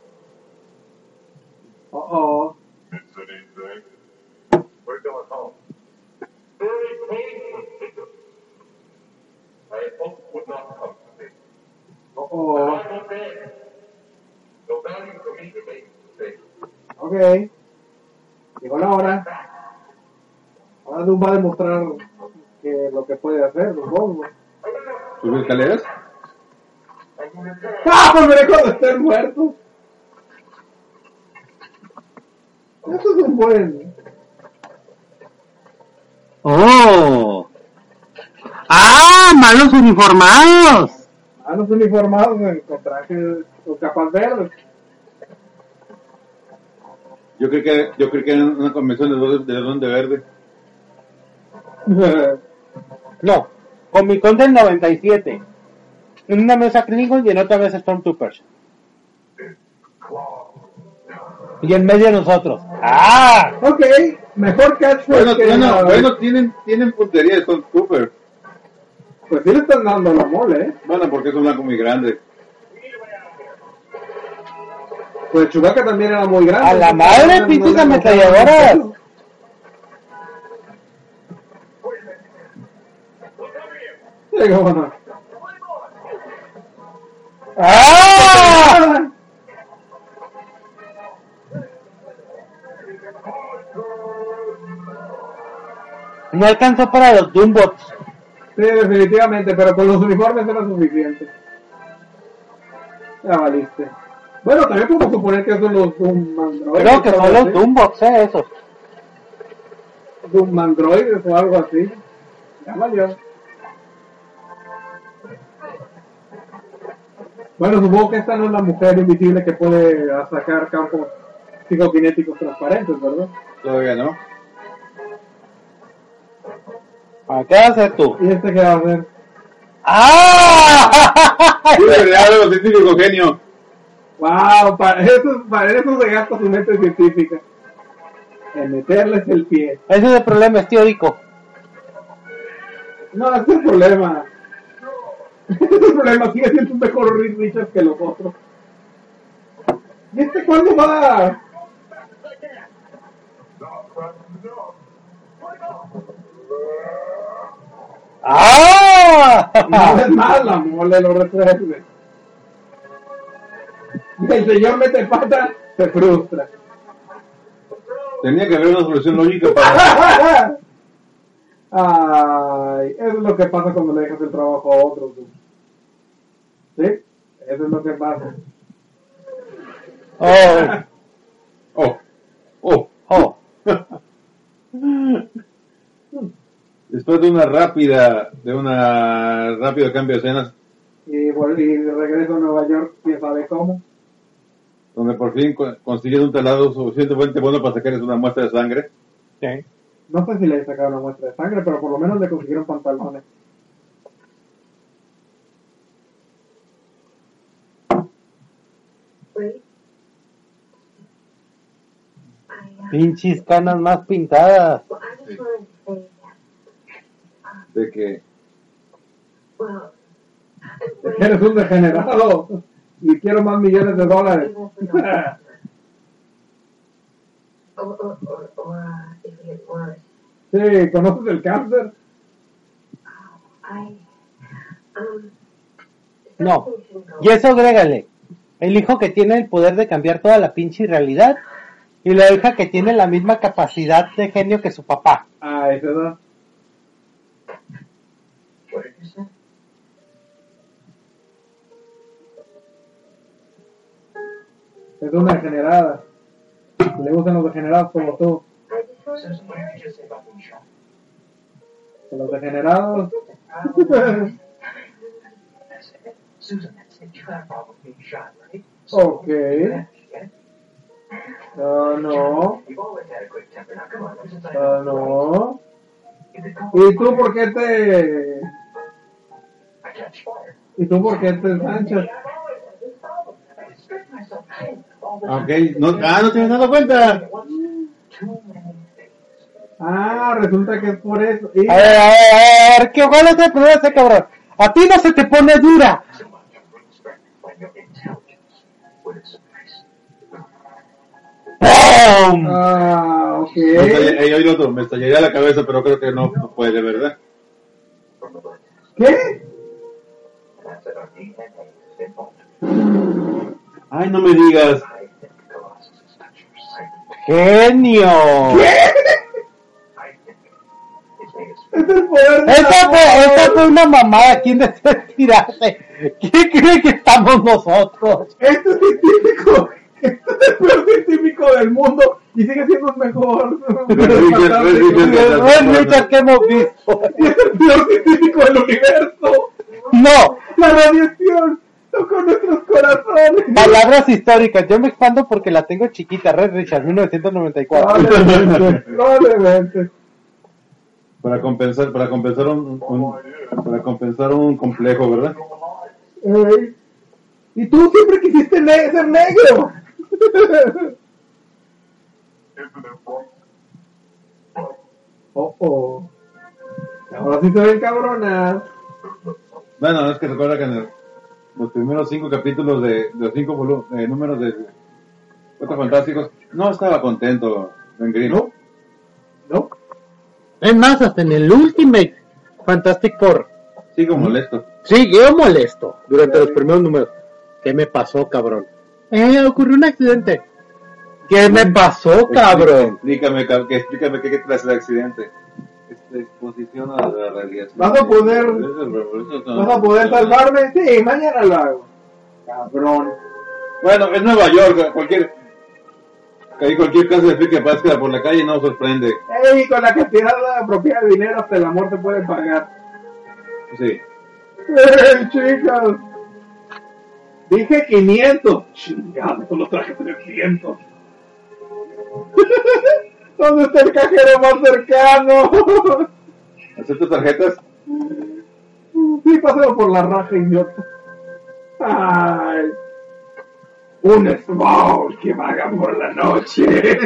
Oh. Miss anything? We're going home. Very painful figure. I hoped would not come to this. Oh. I'm okay. No value for me to make mistakes. Ok. Llegó la hora. Ahora Doom va a demostrar que lo que puede hacer, los bombos. ¿Subir escaleras? ¡Ah! Pues veré cuando estén muertos. Eso es un buen. ¡Oh! ¡Ah! ¡Malos uniformados! A los uniformados con trajes o capas verdes. Yo creí que era una convención de Duende Verde. No, Comic Con del 97. En una mesa Klingon y en otra mesa Stormtroopers. Y en medio nosotros. ¡Ah! Ok, mejor catchphrase que la- Bueno, tienen puntería, son super. Pues sí le están dando la mole, ¿eh? Bueno, porque es un blanco muy grande. Pues Chewbacca también era muy grande. ¡A la madre, pinches ametralladoras! Sí, cómo no. ¡Ah! No alcanzó para los Doombots. Sí, definitivamente, pero con los uniformes era suficiente. Ya valiste. Bueno, también podemos suponer que son los Doom-Mandroides. Creo que son los Doombots, esos. Doom-Mandroides o algo así. Ya valió. Bueno, supongo que esta no es la mujer invisible que puede sacar campos psicoquinéticos transparentes, ¿verdad? Todavía no. ¿Qué vas a hacer tú? ¿Y este qué va a hacer? ¡Ah! Sí, algo científico genio. ¡Wow! Para eso se gasta su mente científica. En meterles el pie. Ese es el problema, es teórico. No, ese es el problema. Ese es el problema. Sigue siendo un mejor Reed Richards que los otros. ¿Y este cuándo va? ¡Ah! No es más, la mole lo resuelve. Y el señor mete pata, se frustra. Tenía que haber una solución lógica para... Ay, eso es lo que pasa cuando le dejas el trabajo a otros. ¿Sí? ¿Sí? Eso es lo que pasa. Oh, Oh. oh. Después de una rápido cambio de escenas, Y regreso a Nueva York, quién sabe cómo. donde por fin consiguieron un taladro suficientemente bueno para sacarles una muestra de sangre. Sí. No sé si le sacaron una muestra de sangre, pero por lo menos le consiguieron pantalones. Wait. Pinches canas más pintadas. Well, I just wanted to say that, De que well, Eres un degenerado y quiero más millones de dólares. or if it gets worse, Sí, ¿conoces el cáncer? No. something shouldn't go Y eso agrégale. El hijo que tiene el poder de cambiar toda la pinche realidad. Y la hija que tiene la misma capacidad de genio que su papá. Ah, esa edad. What did you say? Es una degenerada. Le gustan los degenerados como tú. I just wanted Susan, what did you just say about being shot? Que los degenerados. That's it. Susan, that's it. You got a problem with being shot, right? Okay. Yeah, yeah. No. You've always had a quick temper. Now, come on. Ever since I No. You've been calling ¿Y tú por qué te... I catch fire. ¿Y tú por qué te ensanchas? I expect myself all the ok, no te has dado cuenta. too many things. Ah, resulta que es por eso. Y... A ver, ¿qué ojalá te pruebe ese cabrón? A ti no se te pone dura. So much of respect when your intelligence would have sufficed. ¡Pum! Ah, ok. Oye, otro, me estallaría la cabeza, pero creo que no puede, ¿verdad? From the blood test. ¿Qué? That's it. Our DNA has been altered. Ay, no me digas. I think Colossus has touched your psyche. ¡Genio! I think it's made us Es el poder de Esa fue una mamada. ¿Quién desea tirarse? ¿Quién cree que estamos nosotros? Este es científico. Este es el peor científico del mundo y sigue siendo el mejor. Es muchas que hemos visto. Y es el peor científico del universo. No, La radiación tocó nuestros corazones. palabras históricas. Yo me expando porque la tengo chiquita. Red Richard, 1994. Probablemente. Para compensar un complejo, ¿verdad? Y tú siempre quisiste ser negro. Ahora sí se ven cabronas. Bueno, es que recuerda que en los primeros 5 capítulos de los 5 números de Cuatro Fantásticos no estaba contento Ben Grimm. No. Es más, hasta en el Ultimate Fantastic Four Sigo molesto. siguió molesto durante los primeros números. ¿Qué me pasó, cabrón? Ocurrió un accidente. ¿Qué me pasó, cabrón? Explícame qué clase de accidente. Exposición a la radiación. ¿Vas a poder salvarme? Sí, mañana lo hago. Cabrón. Bueno, es Nueva York, cualquier caso de que pase por la calle no sorprende. Ey, con la cantidad apropiada de dinero hasta el amor te puede pagar. Sí. Chicas. Dije 500. Chingado, solo traje 300. ¿Dónde está el cajero más cercano? ¿Aceptas tarjetas? Sí, pásalo por la raja, idiota. Ay. Un small que vaga por la noche.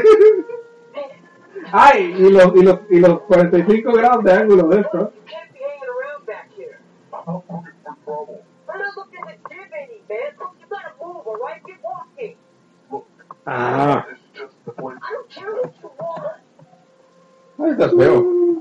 Ay, y los 45 grados de ángulo de esto. Can't be hanging around back here. I'm not looking to give any, man. Look, you gotta move, alright? Get walking. Ah, I don't care what you want. Ay, estás feo.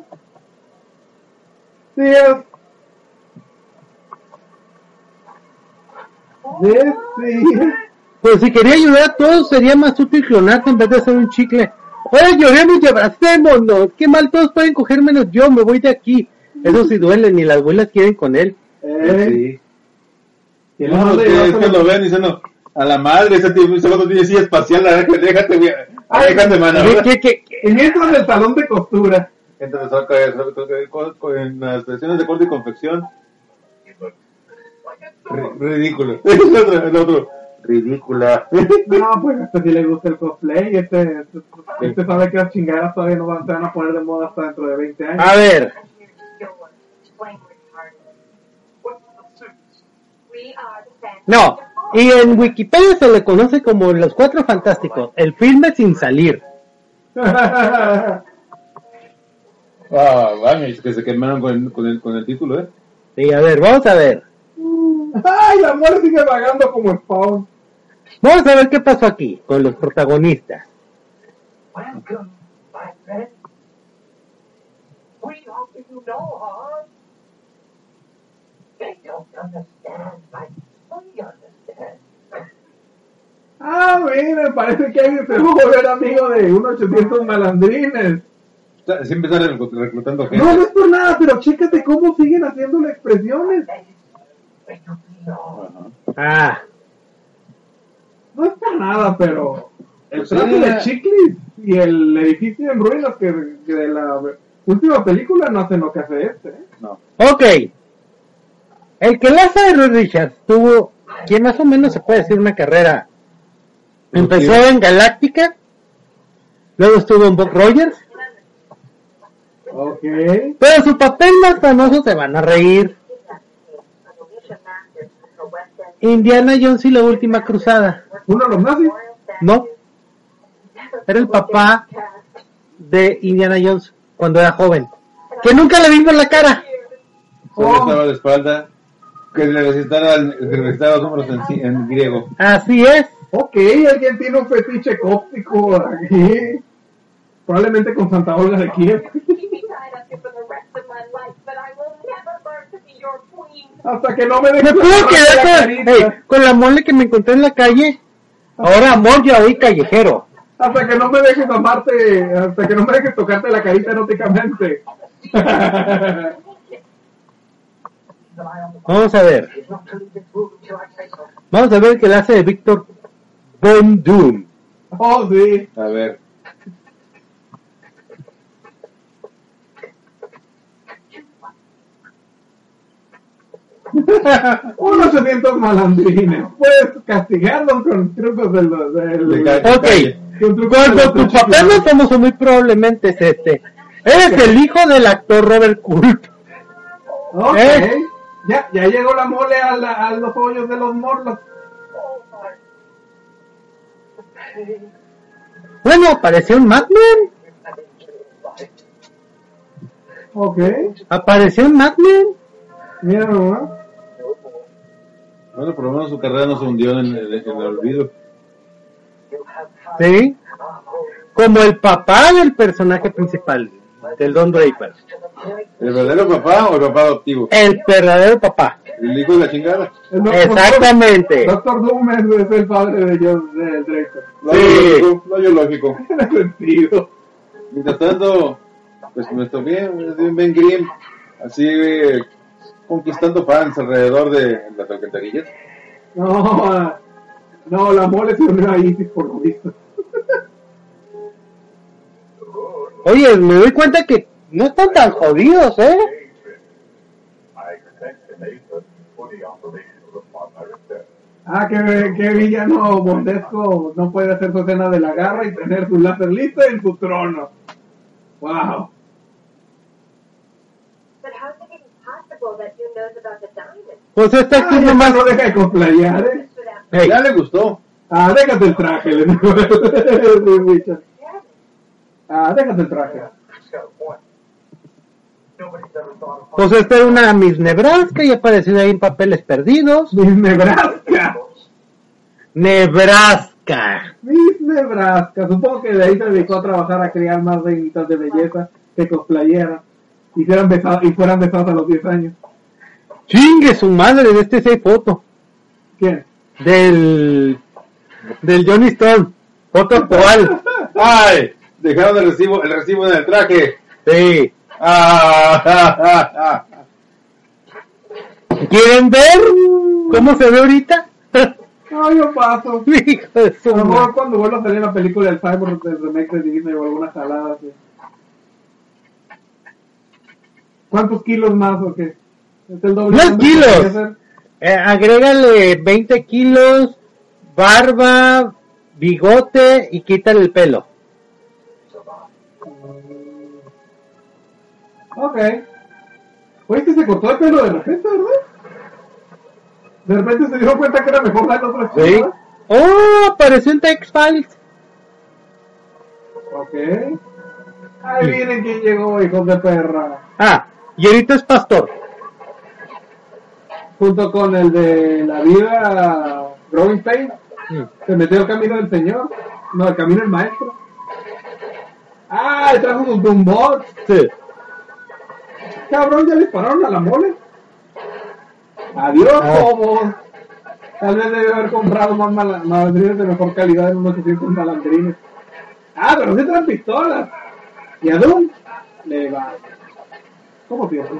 Sí. pues si quería ayudar a todos sería más útil clonarte en vez de hacer un chicle. Oye, lloremos y abracémonos. Qué mal, todos pueden coger menos yo, me voy de aquí. Eso sí duele, ni las abuelas quieren con él. Sí. ¿Quién No, lo es que lo ven y dicen, no, a la madre, ese vato tiene silla espacial, déjate, güey. Déjate, mano. ¿Qué? Y mientras del salón de costura. Entonces, en las versiones de corte y confección, ridículo. El otro, ridícula. No, pues a este sí le gusta el cosplay. Este sabe que las chingadas todavía no se van a poner de moda hasta dentro de 20 años. A ver, no. Y en Wikipedia se le conoce como Los Cuatro Fantásticos, el filme sin salir. Vamos, que se quemaron con el título, ¿eh? Sí, a ver, vamos a ver. Ay, la muerte sigue vagando como Spawn. Vamos a ver qué pasó aquí con los protagonistas. Welcome, my friend. We hope you know, huh? They don't understand, but we understand. Ah, mire, parece que alguien se va a volver amigo de unos 800 malandrines. Siempre sale reclutando gente. No es por nada, pero chécate cómo siguen haciéndole expresiones. They don't know. Ah, No es por nada, pero el Pues trato sí. de Chiclis y el edificio en ruinas que de la última película no hacen lo que hace este. No. ok. El que la hace de Reed Richards tuvo, que más o menos se puede decir una carrera. Empezó en Galáctica, luego estuvo en Buck Rogers, Ok. pero su papel más famoso, se van a reír, Indiana Jones y la Última Cruzada. ¿Uno de los nazis? No, era el papá de Indiana Jones cuando era joven, que nunca le vimos la cara. Solo estaba de espalda, que le recitara los números en griego. Así es. Ok, alguien tiene un fetiche cóptico aquí. Probablemente con Santa Olga de Kiev. Hasta que no me dejes Me puedo agarrarte la quedar carita. con la mole que me encontré en la calle. Ahora amor, ya hoy callejero. Hasta que no me dejes amarte, hasta que no me dejes tocarte la carita eróticamente. Vamos a ver. Vamos a ver que la hace de Víctor Von Doom. Oh, sí. A ver. Unos 800 malandrines. Puedes castigarlos con trucos del De calle. Ok. con trucos Cuando de tu papel más famoso muy probablemente es este. Eres el hijo del actor Robert Culp. Ok. Ya llegó la mole a los hoyos de los Morlocks. Bueno, apareció en Mad Men. Ok. Apareció en Mad Men. Mira nomás. Bueno, por lo menos su carrera no se hundió en el olvido. Sí. Como el papá del personaje principal, del Don Draper. ¿El verdadero papá o el papá adoptivo? El verdadero papá. El hijo de la chingada. Exactamente. Doctor Doom es el padre de John Draper. Lo lógico. Tiene sentido. Mientras tanto, pues me toqué Ben Grimm, así conquistando fans alrededor de las alcantarillas. No, la mole se unió a Isis por lo visto. Oye, me doy cuenta que no están tan jodidos, ¿eh? I expect to make a fully operational upon my return. Que villano bondesco no puede hacer su escena de la garra y tener su láser listo en su trono. Wow. But how's it even possible that you knows about the diamond? Pues este aquí Ya nomás. no deja de cosplayar, ¿eh? Hey, Ya le gustó. Déjate el traje, le digo. Sí, Richard. Déjate el traje. He's got a point. Nobody's ever thought of pues esta es una Miss Nebraska y ha aparecido ahí en Papeles Perdidos. Miss Nebraska. Nebraska. Miss Nebraska. Supongo que de ahí se dedicó a trabajar a crear más reinitas de belleza que cosplayeras. Y fueran besadas a los 10 años. Chingue su madre, de este sí hay foto. ¿Quién? Del Johnny Storm. Foto actual. ¡Ay! Dejaron el recibo en el traje. Sí. ¡Ah! ¿Quieren ver cómo se ve ahorita? No, yo paso. Hijo de su A lo madre. mejor cuando vuelva a salir la película del Cyborg del remake de Disney o alguna jalada así. ¿Cuántos kilos más o qué? ¿Es el doble? ¡Más hombre que kilos! quería hacer? Agrégale 20 kilos, barba, bigote y quítale el pelo. Ok. Oye, que se cortó el pelo de repente, ¿verdad? De repente se dio cuenta que era mejor la otra Sí. chica. ¡Oh! Apareció en X-Files. Ok. Ahí miren quién llegó, hijos de perra. Ah, y ahorita es pastor. Junto con el de la vida, Robin Payne. Se metió al camino del Señor. No, el camino del Maestro. Trajo sus Doombots. Sí. Cabrón, ya dispararon a la mole. Adiós, Bobos. Tal vez debe haber comprado más malandrines de mejor calidad en unos 800 malandrines. Pero sí traen pistolas. Y a Doom le va. ¿Cómo piensas?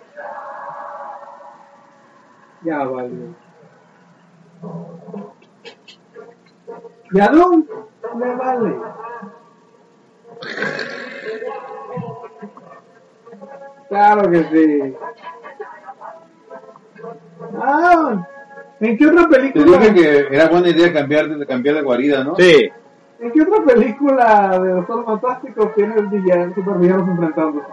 Ya valió. Y a Doom le vale. Claro que sí. ¿En qué otra Te película? dije que era buena idea cambiar de guarida, ¿no? Sí. ¿En qué otra película de los Cuatro Fantásticos tiene el villano, supervillanos enfrentándose?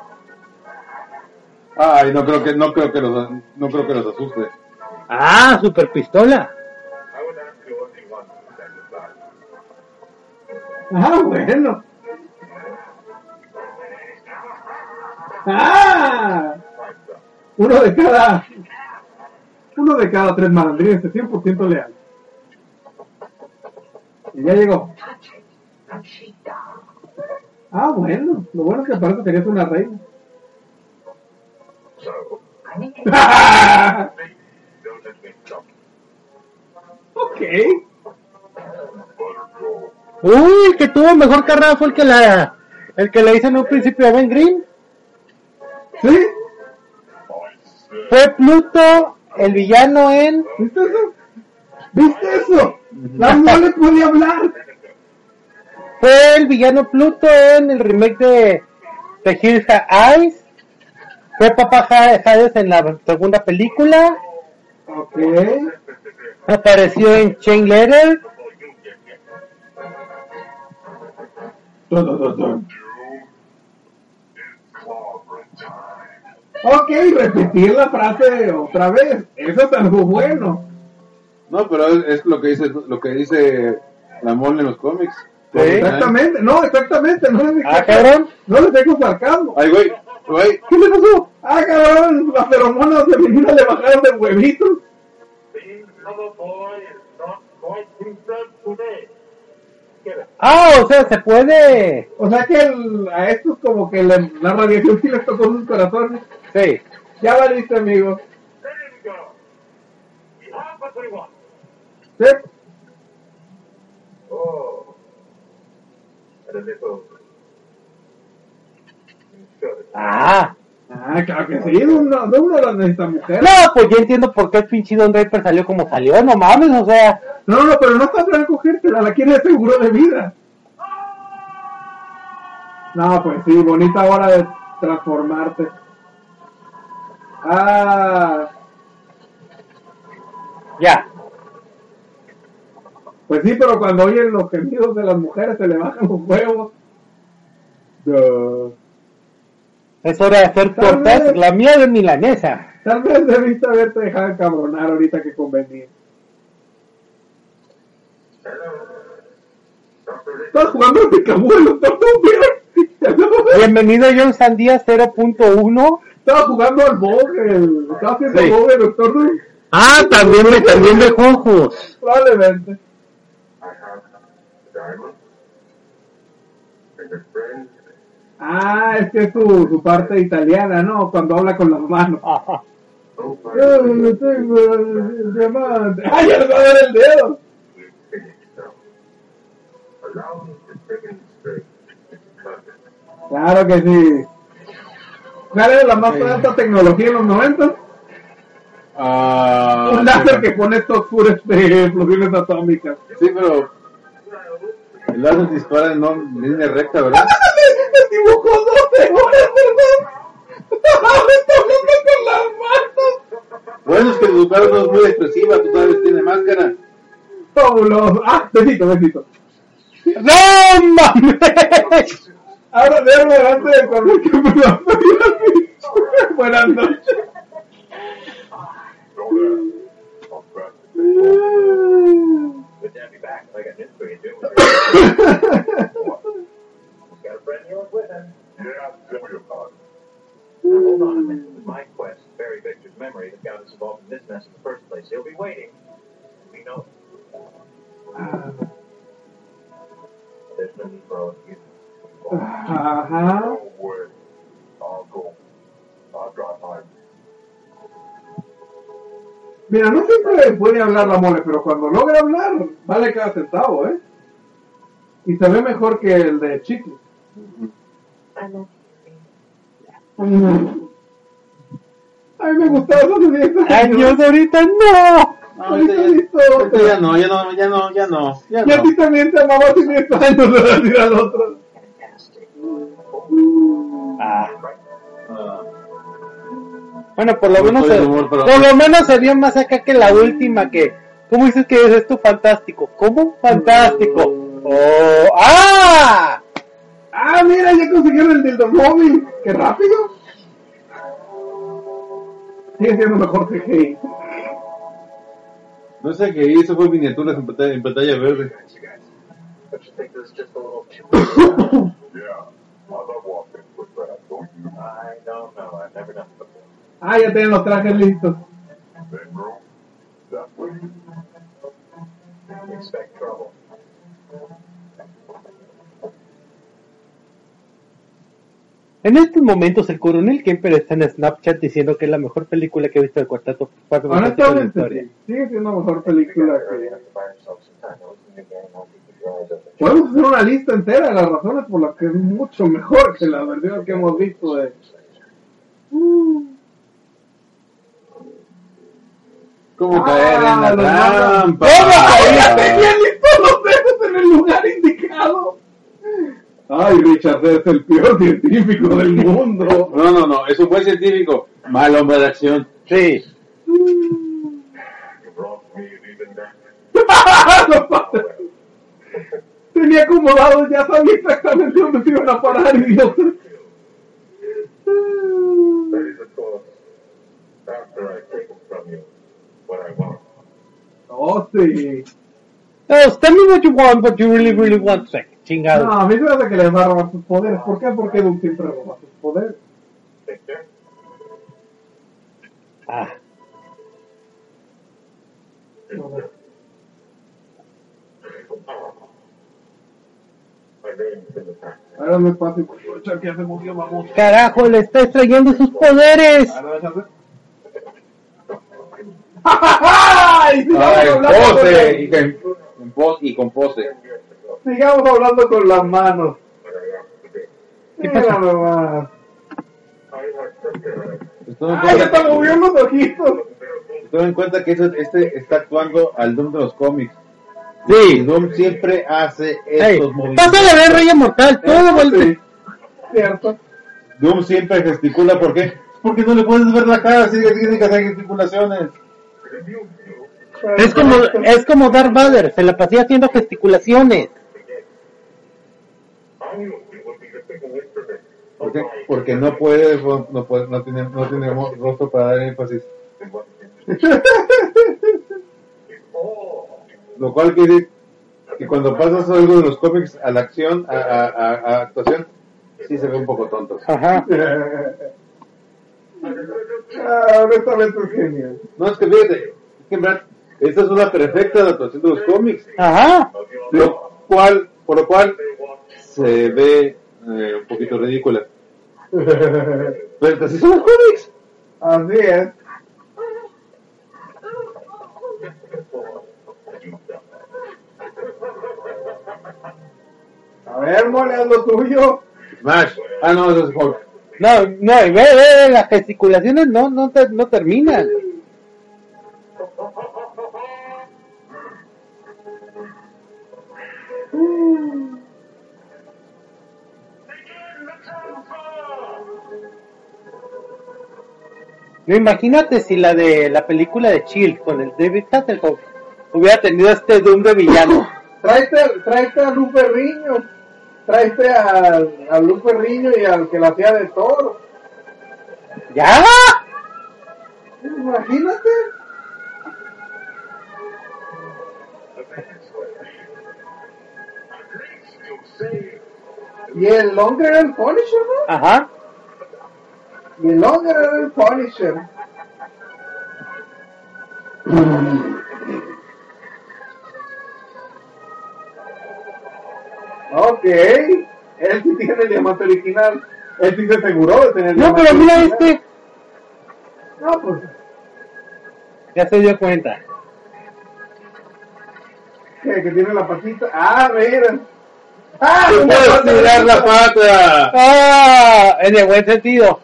Ay, no creo que los asuste. Super pistola. I would ask you only one to stand aside. Bueno. Uno de cada 3 malandrines es 100% leal. Y ya llegó. Bueno. Lo bueno es que parece que eres una reina. So, don't let me jump. Ok. Uy, el que tuvo mejor carrera fue el que le hizo en un principio a Ben Grimm. ¿Sí? Fue Pluto, el villano en... ¿Viste eso? ¿Viste eso? La mole podía hablar. Fue el villano Pluto en el remake de The Hills Have Eyes. Fue Papá Hades en la segunda película. Ok. Apareció en Chain Letter. Ok, repetir la frase otra vez, eso es algo bueno. No, pero es lo que dice la mole en los cómics. Sí. Exactamente, no le cabrón. no le tengo sarcasmo. Ay, güey, ¿Qué le pasó? Cabrón, las feromonas femeninas le bajaron de huevitos. Being another boy is not quite himself today. Get it? O sea, se puede. O sea que a estos como que la radiación sí les tocó sus corazones. Sí. Ya valiste, amigo. There you go. You have what we want. ¿Sí? Oh. And a little. Claro que sí, de uno las necesita mujer. No, pues yo entiendo por qué el pinche Don Draper salió como salió, no mames, o sea. No, pero no está para cogértela, la quiere de seguro de vida. No, pues sí, bonita hora de transformarte. Ya. Pues sí, pero cuando oyen los gemidos de las mujeres se le bajan los huevos. Es hora de hacer tortas, la mía de milanesa. Tal vez debiste haberte dejado encabronar ahorita que convenía. Estás jugando al picabuelo, Bienvenido a John Sandía 0.1. Estaba jugando al Vogel. Estaba haciendo Sí. Vogel, doctor. También de Jojos. Probablemente. I have diamond. And a friend. Es que es su parte italiana, ¿no? Cuando habla con las manos. Ajá. Oh, my Yo no tengo el diamante. Ya le va a dar el dedo. It's finished now. Allow me to demonstrate its content. Claro que sí. ¿Cuál era la más alta tecnología en los 90? Un láser que pone estos fures de explosiones atómicas. Sí, pero el láser dispara en línea recta, ¿verdad? Me dibujó 12 horas, ¿verdad? Está hablando con las manos. Bueno, es que su cara no es muy expresiva, tú sabes, tiene máscara. Fabuloso. Besito. ¡No mames! Ahora de adelante de cuando que me lo buenas noches. Good to have you back. I got news for you, too. Got a friend of yours with him. Yeah, tell me about it. Hold on a minute. It was my quest to bury Victor's memory that got us involved in this mess in the first place. He'll be waiting. We know. There's no need for all of you. Ajá. No way. I'll go. I'll drop by. Mira, no siempre puede hablar la mole, pero cuando logra hablar, vale cada centavo, ¿eh? Y se ve mejor que el de Chicle. Ay, me gustaba eso de 10 Años ahorita no. Ahorita ya no. Y a ti también te amaba hace 10 años, le decir al otro. Bueno, por lo menos Soy de humor, pero- por lo menos se vio más acá que la última que. ¿Cómo dices que es esto fantástico? ¿Cómo? Fantástico. Mira, ya consiguieron el dildo móvil. ¡Qué rápido! Sigue siendo mejor que CGI. No sé qué hizo, fue miniaturas en pantalla verde. Don't you think this is just a little too... Yeah, I love walking with that, don't you? I don't know. I've never done it before. Ya tienen los trajes listos. Bedroom? That way? Expect trouble. En estos momentos el coronel Kemper está en Snapchat diciendo que es la mejor película que he visto del Cuarteto Fantástico de la Honestamente, historia. sí. Sigue siendo mejor película You que... have to buy yourself some time. Now, listen again. I'll keep your eyes open. Podemos hacer una lista entera de las razones por las que es mucho mejor que las versiones que hemos visto de... ¿Cómo caer en la los trampa? ¡Ya tenía listos los dedos en el lugar indicado! Ay, Richard es el peor científico del mundo. No, es un buen científico. Mal hombre de acción. Sí. You brought me even that. Tenía acomodados, ya sabía exactamente dónde se iban a parar, idiota. That is, of course, after I take from you what I want. Oh, sí. Oh, tell me what you want, but you really, really want. Chingado. No, a mí se me hace que les va a robar sus poderes. ¿Por qué? Porque Doom siempre roba sus poderes. Victor? Ah. My name's in the past. Ahora no es fácil porque Chucky ya se murió, vamos. Carajo, le está extrayendo sus poderes. Ahora déjame. ¡Ay! Sigamos Ay, hablando pose, y con pose. sigamos hablando con las manos. But I have to be. Mira nomás. I have something. ¡Ay, ya está moviendo los ojitos! Ten en cuenta que este está actuando al Doom de los cómics. Y Sí. Doom siempre hace Hey, estos movimientos. pásale a ver Rey Mortal, todo vuelve. Sí, cierto. Doom siempre gesticula, ¿por qué? Porque no le puedes ver la cara, tiene que hacer gesticulaciones. Es como Darth Vader, se la pasía haciendo gesticulaciones. I knew it would be the single instrument. ¿Por qué? Porque no tiene rostro para dar énfasis. Oh, Lo cual quiere decir que cuando pasas algo de los cómics a la acción, a actuación, sí se ve un poco tonto. Ajá. Honestamente es genial. No, es que fíjate, es que en verdad, esta es una perfecta adaptación de los cómics. Ajá. Por lo cual se ve un poquito ridícula. Pero así son los cómics. Así es. A ver, mole, haz lo tuyo. Smash. Ah, no, eso es Hulk. No, y ve, las gesticulaciones no terminan. No, imagínate si la de la película de Shield con el David Hasselhoff hubiera tenido este Doom de villano. Tráete a Lupe Riño. Tráete a Lupe Riño y al que la hacía de Thor. ¿Ya? Imagínate. Y el Longer era el Punisher, ¿no? Ajá. Y el Longer era el Punisher. Ok. Él sí tiene el diamante original. Él sí se aseguró de tener el No, diamante pero mira original. este. No, pues. Ya se dio cuenta. Que tiene la patita. Ah, mira. ¡Ah! ¡Te puedes tirar la pata! ¡Ah! En el buen sentido.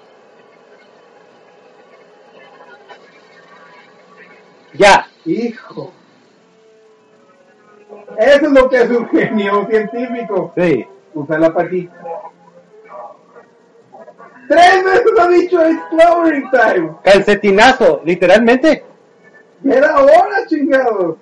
Ya. Hijo. Eso es lo que hace un genio científico. Sí. Usa la patita. 3 veces ha dicho it's flowering time. Calcetinazo, literalmente. Era hora, chingados.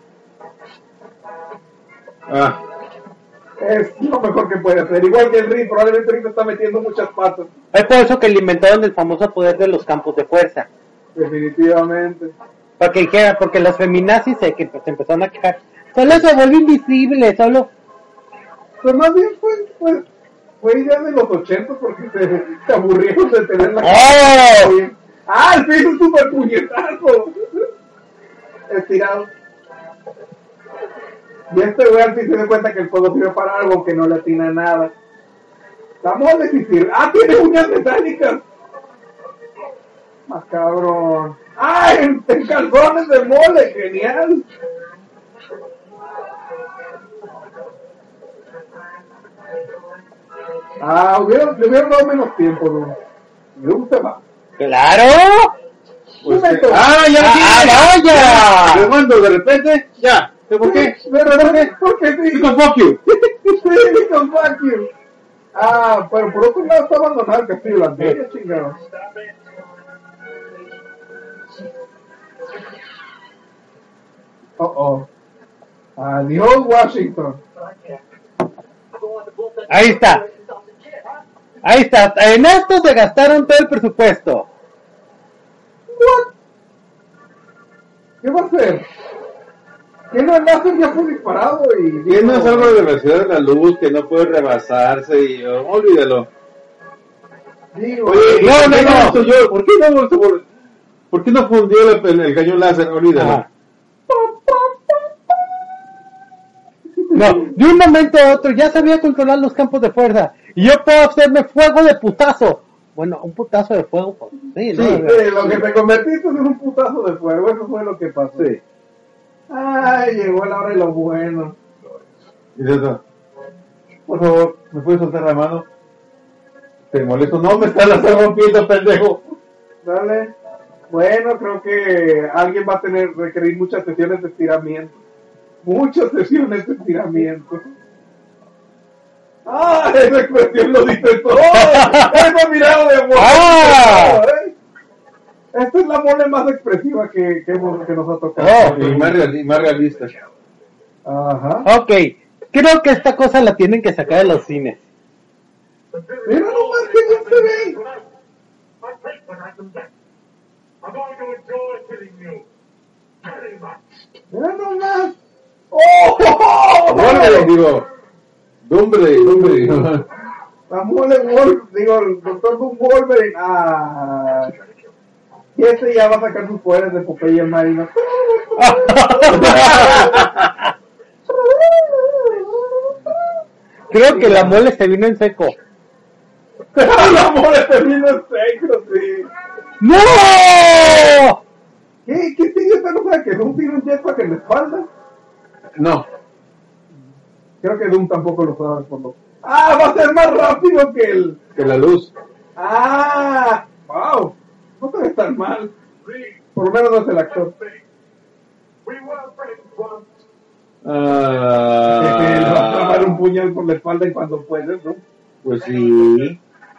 Ah, Es lo mejor que puede hacer. Igual que el Rick, probablemente Rick está metiendo muchas patas. Es por eso que le inventaron el famoso poder de los campos de fuerza. Definitivamente. Para que dijera, porque los feminazis se empezaron a quejar. Solo se vuelve invisible, solo. Pues más bien fue idea de los 80 porque se aburrieron de tener la ¡Oh! bien. ¡Ah! El piso es súper puñetazo. Estirado. Y este güey al fin se da cuenta que el fuego sirve para algo que no le atina nada. La mole sí sirve. ¡Ah! Tiene uñas metálicas. Más cabrón. ¡Ah! En calzones de mole. Genial. Ah, le hubieran dado menos tiempo, ¿no? Me gusta más. ¡Claro! pues Un momento. ¡Vaya! de cuando de repente, ya. ¿Por qué? Porque sí. Con fuck you. Sí, con fuck you. Ah, pero por otro lado está abandonado el castillo de las bellas, chingados. Adiós, Washington. Ahí está. Ahí está, en esto se gastaron todo el presupuesto. ¿What? ¿Qué va a hacer? ¿Qué no el láser ya fue disparado y... ¿Qué no es algo de velocidad de la luz que no puede rebasarse y olvídalo? Digo, Oye, no, no, no. ¿Por qué no fundió el cañón láser? Olvídalo. Ajá. No, de un momento a otro ya sabía controlar los campos de fuerza. Y yo puedo hacerme fuego de putazo. Bueno, un putazo de fuego, pues, sí, ¿no? Sí, lo que te convertiste en un putazo de fuego, eso fue lo que pasó. Sí. Ay, llegó la hora de lo bueno. Y eso, por favor, ¿me puedes soltar la mano? ¿Te molesto? No, me estás rompiendo, pendejo. Dale. Bueno, creo que alguien va a requerir muchas sesiones de estiramiento. Muchas sesiones de estiramiento. ¡Ah! Esa expresión lo dice todo. Esa mirada de amor. ¡Ah! Esta es la mole más expresiva que nos ha tocado. Oh. Y más realista. Ajá. Ok, creo que esta cosa la tienen que sacar de los cines. Mira nomás que bien se ve. My placement has been set. I'm going to enjoy killing you. Very much. Mira nomás. ¡Oh! Wolverine, digo. Dumbre. La mole digo, el doctor Doom Wolverine. Ah. Y este ya va a sacar sus poderes de Popeye el Marino. Creo que la mole se vino en seco. La mole termina en seco, sí. ¡No! ¿Qué sigue esta cosa que Doom tiene un jetpack en la espalda? No. Creo que Doom tampoco lo sabe por lo. ¡Ah! Va a ser más rápido que el. Que la luz. ¡Ah! ¡Wow! No debe estar mal. Por lo menos no es el actor. We were friends once. Que le va a clavar un puñal por la espalda y cuando puedes, ¿no? Pues sí.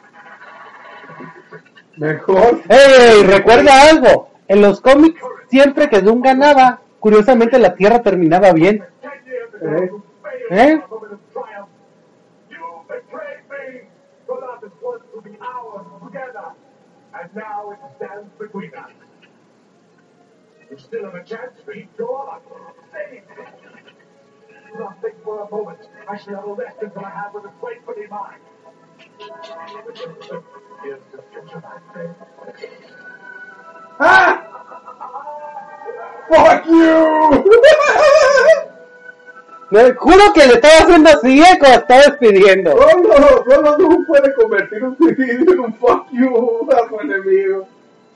Mejor. ¡Ey! Recuerda algo. En los cómics, siempre que Doom ganaba, curiosamente la Tierra terminaba bien. 10 years ago, ¿Eh? moment of triumph. You betrayed me. So that this was to be ours together. And now it stands between us. You still have a chance to eat your save me. Do not think for a moment I shall have a rest until I have what is rightfully mine. Here's the future, my friend. ¡Ah! ¡Fuck you! Me juro que le estaba haciendo así cuando estaba despidiendo. Solo Doom puede convertir un suicidio en un fuck you a su enemigo.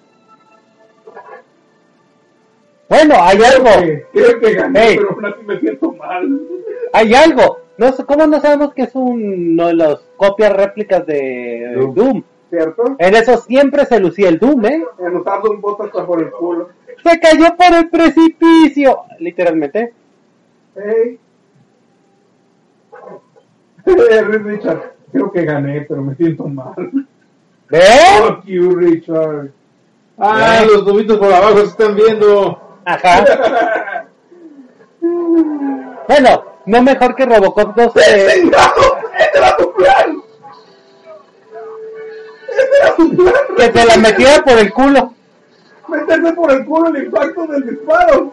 Bueno, hay algo. Creo que gané, Hey. pero aún así me siento mal. Hay algo. No sé, ¿cómo no sabemos que es uno de las copias réplicas de Doom. Doom? ¿Cierto? En eso siempre se lucía el Doom, ¿eh? En usar Doom botas hasta por el culo. Se cayó por el precipicio. Literalmente. Hey. Richard, creo que gané, pero me siento mal. ¿Ves? Fuck you, Richard. Ah, los tubitos por abajo se están viendo. Ajá. Bueno, no mejor que Robocop 12. ¡Chingado! ¡Ese era tu plan! ¡Ese era tu plan! Que te la metiera por el culo. Meterse por el culo el impacto del disparo.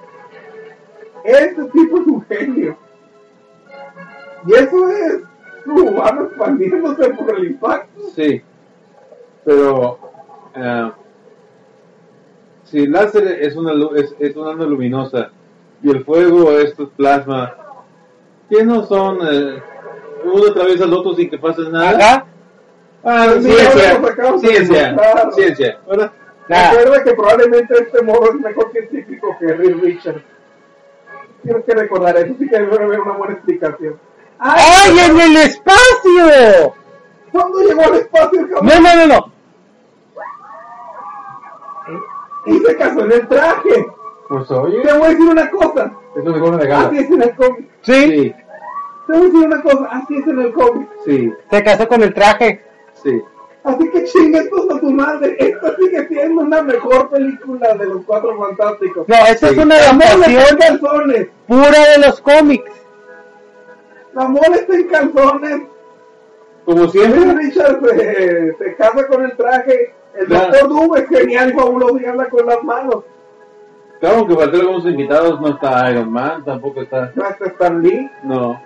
Este tipo es un genio. Y eso es su humano expandiéndose por el impacto. Sí. Pero si el láser es una onda luminosa y el fuego es plasma, ¿qué no son? Uno atraviesa al otro sin que pase nada. Ajá. Ah, Sí, ciencia, ahora lo sacamos de ciencia, mostrar. ciencia. ¿Verdad? Nada. Recuerda que probablemente este morro es mejor científico que Reed Richards. Tienes que recordar eso, sí que debe haber una buena explicación. ¡Ay, en el espacio! ¿Cuándo llegó al espacio el cabrón? No. Y se casó en el traje. Pues oye, Te voy a decir una cosa. es un uniforme de gala. Así es en el cómic. Sí, Sí, Te voy a decir una cosa. Así es en el cómic. sí, se casó con el traje. sí. Así que chingue esto a tu madre. Esta sigue siendo una mejor película de los Cuatro Fantásticos. No, esta es Sí. una La mole está en adaptación calzones. pura de los cómics. La mole está en calzones. Como siempre. Richard se casa con el traje. El Claro. Doctor Doom es genial y fabuloso y habla con las manos. Claro que faltó algunos invitados, no está Iron Man, tampoco está... No está Stan Lee. No.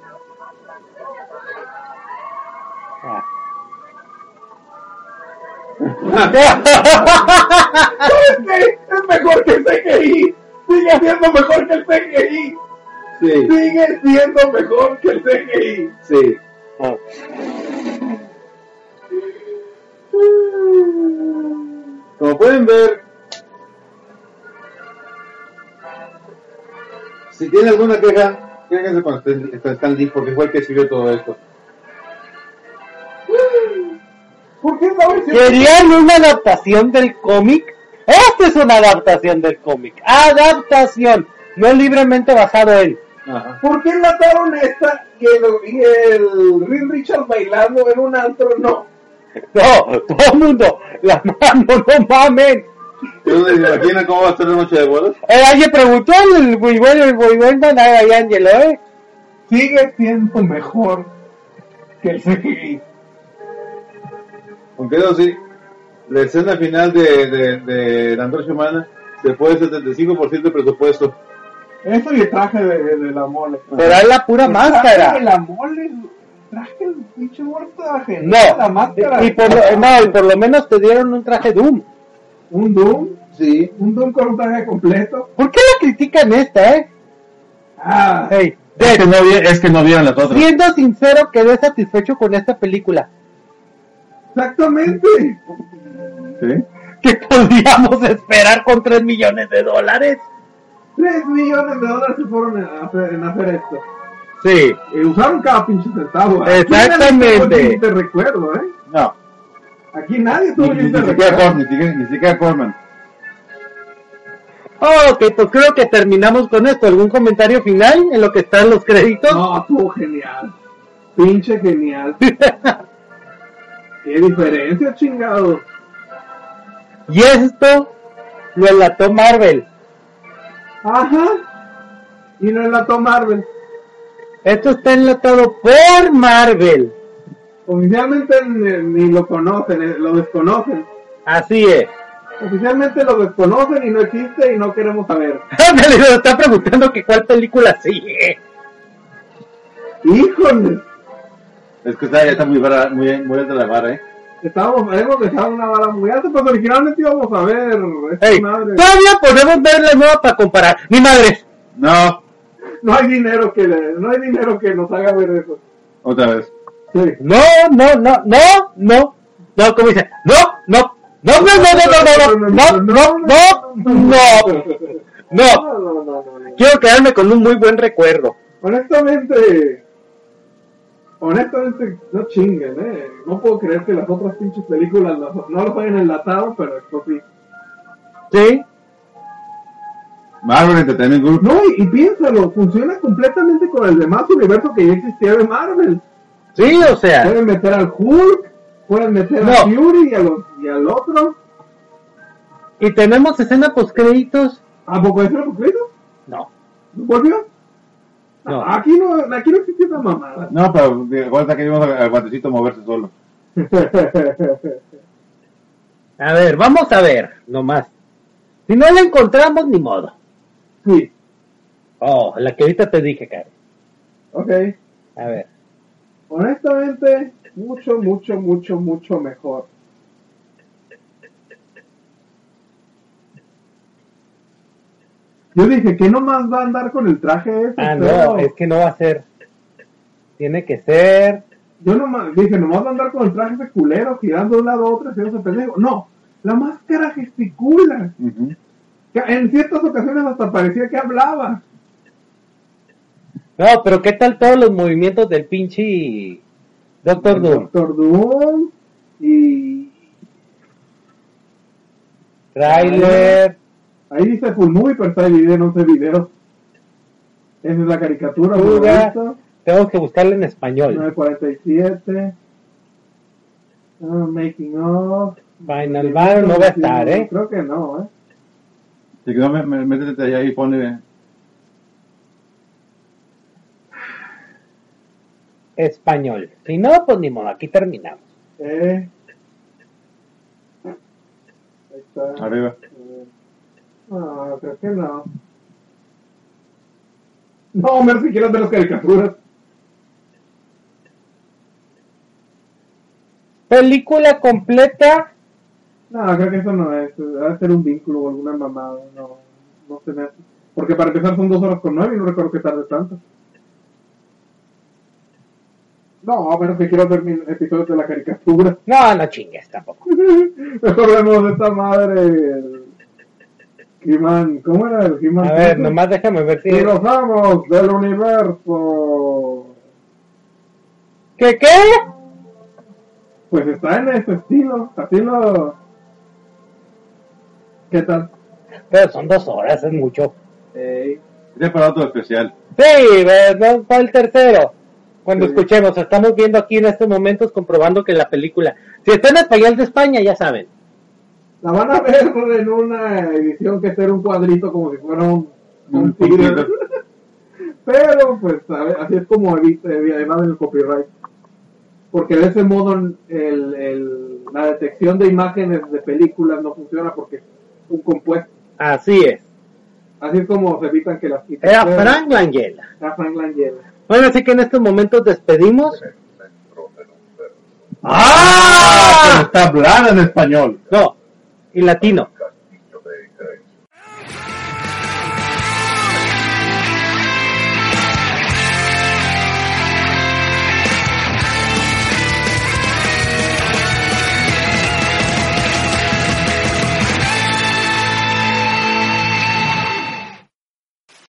¿Sabes qué? Es mejor que el CGI. Sigue siendo mejor que el CGI. Sí, Sigue siendo mejor que el CGI. sí. Ah. Como pueden ver, si tienen alguna queja, quéjense con Stan Lee porque fue el que escribió todo esto. ¿Por qué esta versión? ¿Querían una adaptación del cómic? Esta es una adaptación del cómic. Adaptación, no libremente basado en. Ajá. ¿Por qué enlataron esta y el Reed Richards bailando en un antro? No. No, todo el mundo, la mano, no mamen. ¿Se imaginan cómo va a ser la noche de bodas? Ayer preguntó el muy bueno, nada, y Ángelo, Sigue siendo mejor que el CGI. Aunque eso sí, la escena final de la antorcha humana se fue el 75% de presupuesto. Eso y el traje de la mole. Pero es la pura El traje máscara. de la mole, traje el pinche muerto genial. No, La máscara. y por lo menos te dieron un traje Doom. Un Doom. Sí. Un Doom con un traje completo. ¿Por qué la critican esta, Ah, Hey, Es que no vieron las otras. siendo sincero, quedé satisfecho con esta película. exactamente. ¿Sí? ¿Qué podíamos esperar con $3 millones? $3 millones se fueron en hacer esto. Sí. Usaron cada pinche centavo. Aquí Exactamente. nadie tuvo te recuerdo, No. Aquí nadie Ni, tuvo ni te siquiera recuerdo. ni siquiera Corman. Ok, pues creo que terminamos con esto. ¿Algún comentario final en lo que están los créditos? No, estuvo genial. Pinche genial. Qué diferencia, chingado. Y esto lo enlató Marvel. Ajá. Y no enlató Marvel. Esto está enlatado por Marvel. Oficialmente ni lo conocen, lo desconocen. Así es. Oficialmente lo desconocen y no existe y no queremos saber. Me lo está preguntando que cuál película sigue. Híjole. Es que ya está muy alta la vara, Hemos dejado una vara muy alta, pues originalmente íbamos a ver esta Hey, madre. todavía podemos ver la nueva para comparar. ¡Mi madre! No, No hay dinero que nos haga ver eso. otra vez. Sí. No, como dice, no, quiero quedarme con un muy buen recuerdo. Honestamente, no chinguen, no puedo creer que las otras pinches películas no los hayan enlatado, pero esto sí. ¿Sí? Marvel Entertainment Group. No, y piénsalo, funciona completamente con el demás universo que ya existía de Marvel. Sí, o sea, Pueden meter al Hulk, pueden meter No. a Fury y al otro. y tenemos escena post créditos. ¿A poco es lo completo? No, ¿Volvió? no. Aquí no existía esa mamada. No, pero acuérdate que vimos al guantecito moverse solo. A ver, vamos a ver, nomás. Si no la encontramos, ni modo. Sí, Oh, la que ahorita te dije, Karen. ok. A ver. Honestamente, mucho mejor. Yo dije que nomás va a andar con el traje ese. Ah, pero no, es que no va a ser. Tiene que ser. yo dije, nomás va a andar con el traje ese culero, girando de un lado a otro, haciéndose pendejo. No, la máscara gesticula. En ciertas ocasiones hasta parecía que hablaba. No, pero ¿qué tal todos los movimientos del pinche Doctor Doom? Doctor Doom y Trailer. ahí dice Full Movie, pero está dividido en 11 videos. Esa es la caricatura. Pura. favorita. Tengo que buscarla en español. 947. Making of. Final Battle no va a estar, ¿eh? Creo que no, Si que no, métete allá y ponle. español. Si no, pues ni modo, aquí terminamos. Ahí está. Arriba. No, creo que no. No, menos si quieres ver las caricaturas. Película completa. No, creo que eso no es. Debe ser un vínculo o alguna mamada. No se me hace. Porque para empezar son 2:09 y no recuerdo que tarde tanto. No, a menos que quiero ver mis episodios de la caricatura. No chingues tampoco. Mejor vemos esta madre. El He-Man. ¿Cómo era el He-Man? A ver, nomás déjame ver si... Y los amos del universo. ¿Qué? Pues está en ese estilo. Así lo... ¿Qué tal? Pero son 2 horas, es mucho. Es para otro especial. Sí, no fue el tercero. Cuando Sí. escuchemos, estamos viendo aquí en estos momentos comprobando que la película, si está en español de España, ya saben. La van a ver en una edición que será un cuadrito como si fuera un tigre. poquito. Pero pues así es como evaden el copyright. Porque de ese modo la detección de imágenes de películas no funciona porque es un compuesto. Así es. Así es como se evitan que las quiten. Era Frank Langella. Era Frank Langella. Bueno, así que en estos momentos despedimos. Pero está hablada en español. No, y latino.